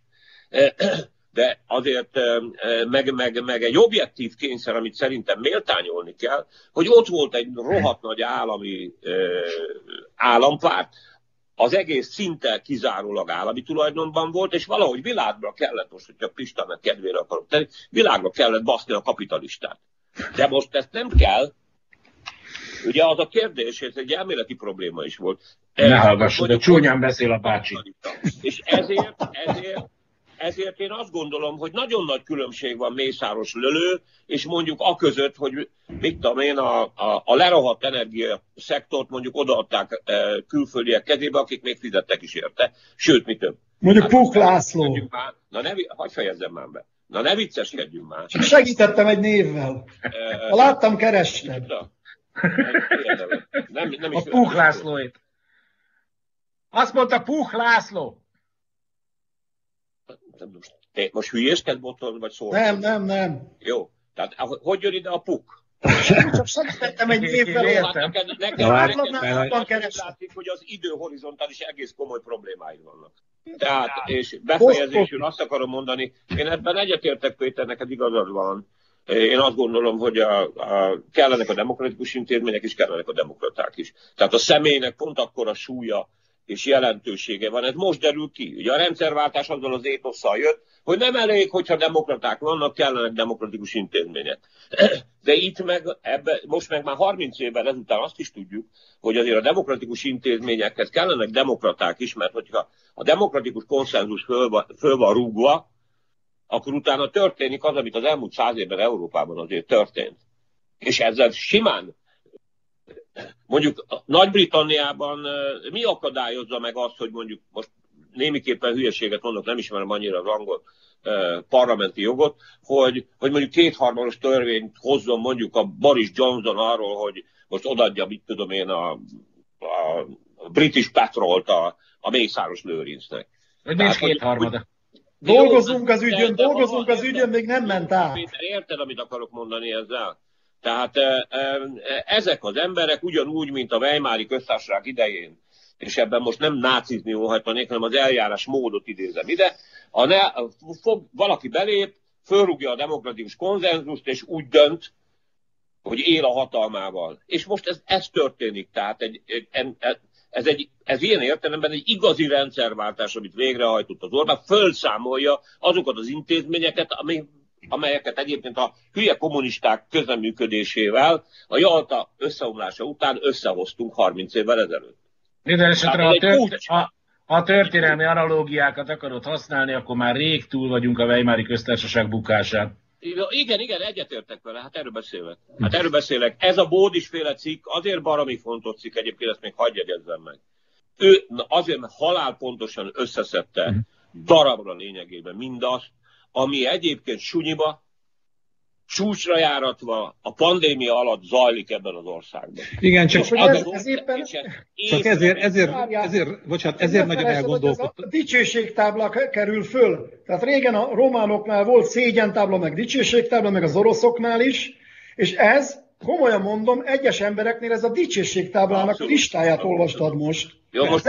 de azért meg, meg, meg egy objektív kényszer, amit szerintem méltányolni kell, hogy ott volt egy rohadt nagy állami állampárt, az egész szinte kizárólag állami tulajdonban volt, és valahogy világra kellett, most, hogyha Pistának kedvére akarok tenni, világra kellett baszni a kapitalistát. De most ezt nem kell. Ugye az a kérdés, ez egy elméleti probléma is volt. Ne hallgassuk, de csúnyán beszél a bácsi. És ezért, ezért, ezért én azt gondolom, hogy nagyon nagy különbség van Mészáros Lölő, és mondjuk aközött, hogy mit tudom én, a, a, a lerohadt energia szektort mondjuk odaadták e, külföldiek kezébe, akik még fizettek is érte. Sőt, mi több. Mondjuk hát, Puk László. Na ne, hagyj fejezzem már be. Na ne vicceskedjünk már. Csak segítettem egy névvel. Ha láttam, kerested. Nem, nem is a Puk Lászlóét. Azt mondta Puk László. Most, most hülyéskedj, Boton, vagy szól? Nem, nem, nem. Jó. Tehát hogy jön ide a Puk? Csak segítettem egy évvel, értem. Nekem látszik, hogy az időhorizontál is egész komoly problémáid vannak. Tehát, és befejezésül azt akarom mondani, én ebben egyetértek, Péter, neked igazad van. Én azt gondolom, hogy a, a, kellenek a demokratikus intézmények, és kellenek a demokraták is. Tehát a személynek pont akkora súlya és jelentősége van. Ez most derül ki. Ugye a rendszerváltás azzal az étosszal jött, hogy nem elég, hogyha demokraták vannak, kellenek demokratikus intézmények. De itt meg, ebbe, most meg már harminc évvel ezután azt is tudjuk, hogy azért a demokratikus intézményekhez kellenek demokraták is, mert hogyha a demokratikus konszenzus föl van, föl van rúgva, akkor utána történik az, amit az elmúlt száz évben Európában azért történt. És ezzel simán, mondjuk Nagy-Britanniában mi akadályozza meg azt, hogy mondjuk most némiképpen hülyeséget mondok, nem ismerem annyira az angol parlamenti jogot, hogy, hogy mondjuk kétharmados törvényt hozzon mondjuk a Boris Johnson arról, hogy most odaadja, mit tudom én, a, a British Petrolt a, a Mészáros Lőrincnek. Hogy nincs kétharmada. Dolgozunk az ügyön, dolgozunk az ügyön, még nem ment át. Péter, érted, amit akarok mondani ezzel? Tehát e, e, ezek az emberek ugyanúgy, mint a Weimári köztársaság idején, és ebben most nem nácizni óhajtanék, hanem az eljárás módot idézem ide, a ne, fog, valaki belép, fölrúgja a demokratikus konzenzust, és úgy dönt, hogy él a hatalmával. És most ez, ez történik, tehát egy, egy, ez, egy, ez ilyen értelemben egy igazi rendszerváltás, amit végrehajtott az Orbán, fölszámolja azokat az intézményeket, ami, amelyeket egyébként a hülye kommunisták közreműködésével a Jalta összeomlása után összehoztunk harminc évvel ezelőtt. Minden esetre, ha, tört, ha, ha történelmi analógiákat akarod használni, akkor már rég túl vagyunk a Weimári köztársaság bukásán. Igen, igen, egyetértek vele, hát erről beszélek. Hát erről beszélek. Ez a Bódis-féle cikk azért baromi fontos cikk, egyébként ezt még hadd jegyezzem meg. Ő azért, mert halálpontosan összeszedte darabra lényegében mindazt, ami egyébként sunyiba, csúcsra járatva a pandémia alatt zajlik ebben az országban. Igen, csak, az, ez, ez éppen, csak ezért, ezért, ezért, bocsánat, ezért nagyon elgondolkodtam. A dicsőségtábla kerül föl. Tehát régen a románoknál volt szégyentábla, meg dicsőségtábla, meg az oroszoknál is, és ez, komolyan mondom, egyes embereknél ez a dicsőségtáblának a listáját olvastad most. Jó, most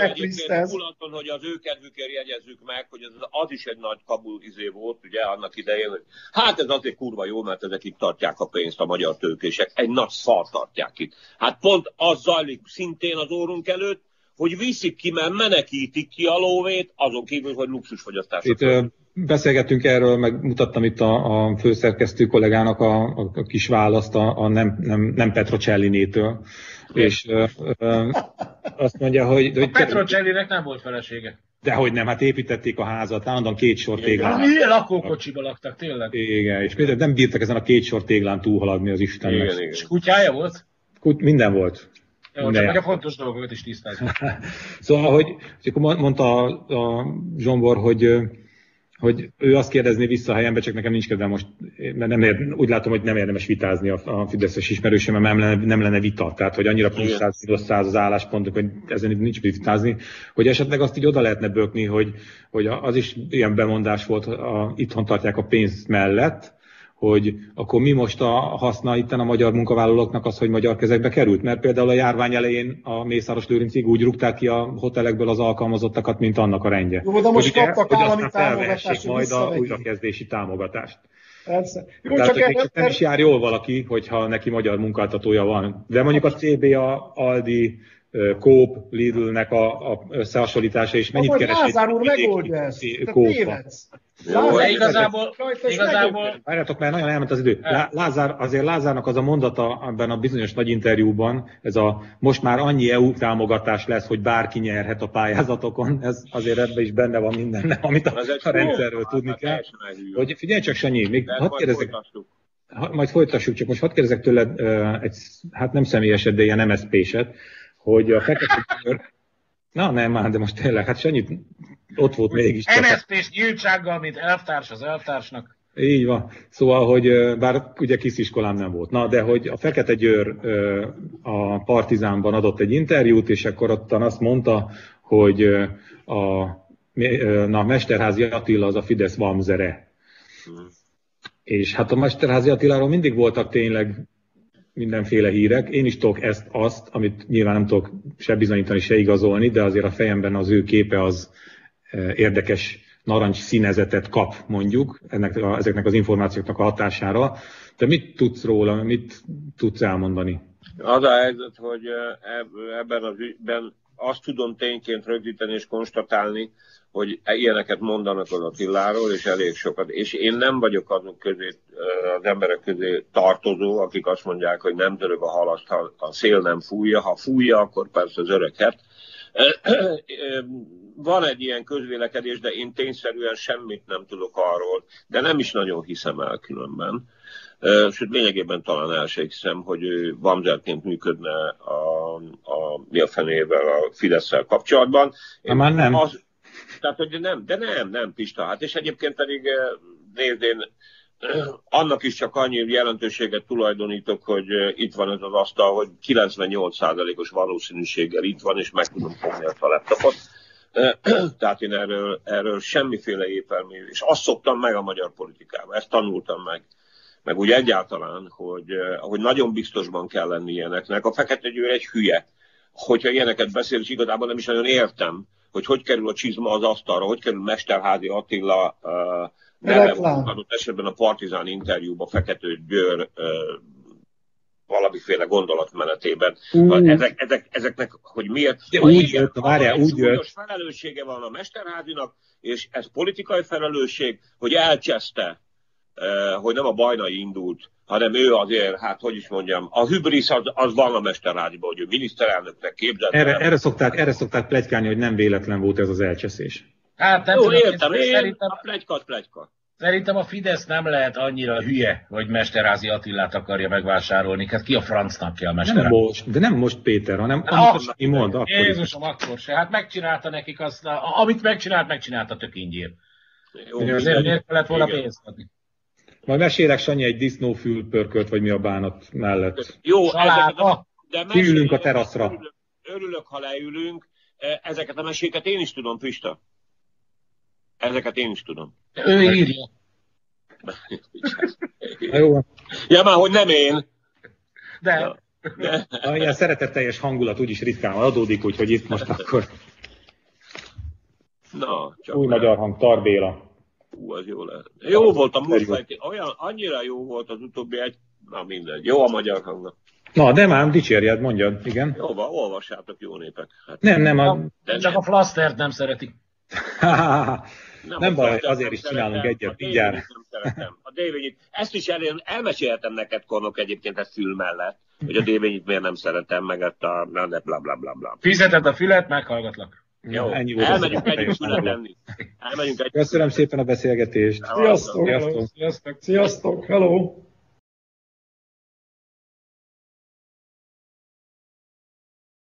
túlaton, hogy az ő kedvükért jegyezzük meg, hogy ez az is egy nagy kabul izé volt, ugye, annak idején, hogy hát ez azért kurva jó, mert ezek itt tartják a pénzt a magyar tőkések, egy nagy szar tartják itt. Hát pont az zajlik szintén az órunk előtt, hogy viszik ki, mert menekítik ki a lóvét, azon kívül, hogy luxusfogyasztásra. Itt ö, beszélgettünk erről, meg mutattam itt a, a főszerkesztő kollégának a, a, a kis választ a, a nem, nem, nem Petrocellinétől. És ö, ö, azt mondja, hogy... A Petrocellinek nem volt felesége. Dehogy nem, hát építették a házat, állandóan két sor téglán. Milyen lakókocsiba laktak, tényleg? Igen, és például nem bírtak ezen a két sor téglán túlhaladni az Istennek. Igen, igen. És kutyája volt? Kut, minden volt. Jó, csak meg a fontos dolgokat is tisztázni. Szóval, hogy akkor mondta a, a Zsombor, hogy, hogy ő azt kérdezné vissza a helyembe, csak nekem nincs kedvem most, mert nem ér, úgy látom, hogy nem érdemes vitázni a, a fideszes ismerősömmel, mert nem lenne, nem lenne vita. Tehát, hogy annyira plusz száz, plusz száz az álláspontok, hogy ezen nincs mit vitázni, hogy esetleg azt így oda lehetne bökni, hogy, hogy az is ilyen bemondás volt, a, itthon tartják a pénzt mellett, hogy akkor mi most a haszna itten a magyar munkavállalóknak az, hogy magyar kezekbe került? Mert például a járvány elején a Mészáros Lőrincig úgy rúgták ki a hotelekből az alkalmazottakat, mint annak a rendje. Jó, de most kaptak állami támogatást, majd a újrakezdési támogatást. Persze. Jó, Tehát, csak hogy csak nem is jár jól valaki, hogyha neki magyar munkáltatója van. De mondjuk a cé bé á, Aldi, Coop, Lidlnek a, a összehasonlítása is mennyit keres? Lázár úr megoldja ezt. Te tévedsz. Jó, igazából, igazából... Várjátok, mert nagyon elment az idő. Lázár, azért Lázárnak az a mondata ebben a bizonyos nagy interjúban, ez a most már annyi é u támogatás lesz, hogy bárki nyerhet a pályázatokon, ez azért ebben is benne van minden, amit a, a rendszerről tudni kell. Hogy figyelj csak, Sanyi, még hadd kérdezzek, majd folytassuk, csak most hadd kérdezzek tőled egy, hát nem személyeset, de ilyen em es zé pé-set, hogy a fekete bőr... Na nem már, de most tényleg, hát Sanyi ott volt mégis. em es zé pés nyíltsággal, mint elvtárs az elvtársnak. Így van. Szóval, hogy bár ugye kis iskolám nem volt. Na, de hogy a Fekete Győr a Partizánban adott egy interjút, és akkor ottan azt mondta, hogy a na, Mesterházy Attila az a Fidesz vamzere. Hmm. És hát a Mesterházy Attiláról mindig voltak tényleg mindenféle hírek. Én is tudok ezt, azt, amit nyilván nem tudok se bizonyítani, se igazolni, de azért a fejemben az ő képe az érdekes narancs színezetet kap, mondjuk, ennek, ezeknek az információknak a hatására. Te mit tudsz róla, mit tudsz elmondani? Az a helyzet, hogy ebben az ügyben azt tudom tényként rögzíteni és konstatálni, hogy ilyeneket mondanak az Attiláról, és elég sokat. És én nem vagyok azok közé, az emberek közé tartozó, akik azt mondják, hogy nem török a halaszt, ha a szél nem fújja. Ha fújja, akkor persze zöröghet. Van egy ilyen közvélekedés, de én tényszerűen semmit nem tudok arról, de nem is nagyon hiszem el különben. Sőt, lényegében talán el sem hiszem, hogy ő vamzerként működne a, a mi a fenével, a Fidesz-szel kapcsolatban. Én már nem. Az, tehát, hogy nem, de nem, nem, Pista. Hát és egyébként pedig nézd, én annak is csak annyi jelentőséget tulajdonítok, hogy itt van ez az asztal, hogy kilencvennyolc százalékos valószínűséggel itt van, és meg tudom fogni azt a laptopot. Tehát én erről, erről semmiféle értelmű, és azt szoktam meg a magyar politikában, ezt tanultam meg. Meg úgy egyáltalán, hogy, hogy nagyon biztosban kell lenni ilyeneknek. A Fekete Győr egy hülye. Hogyha ilyeneket beszél, és igazából nem is nagyon értem, hogy hogy kerül a csizma az asztalra, hogy kerül Mesterházy Attila uh, neve adott esetben a Partizán interjúba Fekete Győr uh, valamiféle gondolatmenetében. Mm. Ezek, ezek, ezeknek, hogy miért... De úgy jött, várjál, úgy jött. Felelőssége van a Mesterházynak, és ez politikai felelősség, hogy elcseszte, hogy nem a Bajnai indult, hanem ő azért, hát hogy is mondjam, a hübrisz az, az van a Mesterházyban, hogy ő miniszterelnöknek képzett. Erre, erre, szokták, erre szokták pletykálni, hogy nem véletlen volt ez az elcseszés. Hát nem Jó, tudom, értem, én, szerintem, a pletyka az pletyka. Szerintem a Fidesz nem lehet annyira hülye, hogy Mesterházy Attilát akarja megvásárolni. Hát ki a francnak kell Mesterházy? Nem most, de nem most Péter, hanem amit ah, mond, akkor Jézusom, akkor se. Hát megcsinálta nekik azt, amit megcsinált, megcsinálta tök ingyér. Jó, azért miért kellett volna pénzt adni? Majd mesélek, Sanyi, egy disznófülpörkölt, vagy mi a bánat mellett. Jó, a, de kiülünk a teraszra. Örülök, örülök, ha leülünk. Ezeket a meséket én is tudom, Pista. Ezeket én is tudom. Ő írja. Jó. Ja, már, hogy nem én. De. Ja. De. Ilyen szeretetteljes hangulat úgyis ritkán adódik, úgyhogy itt most akkor... Na, csak új magyar hang, Tarbéla. Ú, az jó lehet. Jó volt a múltfejtés, olyan, annyira jó volt az utóbbi egy, na mindegy, jó a magyar hangnak. Na, de már dicsérjed, mondjad, igen. Jó van, olvassátok, jó népek. Hát, nem, nem. A... De csak nem. A flasztert nem szeretik. nem, nem baj, azért is csinálunk egyet, mindjárt. Nem szeretem. A Dévényit, ezt is el, elmesélhetem neked, Kornok, egyébként ezt fül mellett, hogy a Dévényit miért nem szeretem, meg ezt a bla bla bla bla bla. Fizeted a fület, meghallgatlak. Jó, ennyi volt. Elmegyünk együtt fület lenni. Köszönöm szépen a beszélgetést. Sziasztok! Sziasztok! Sziasztok! Hello!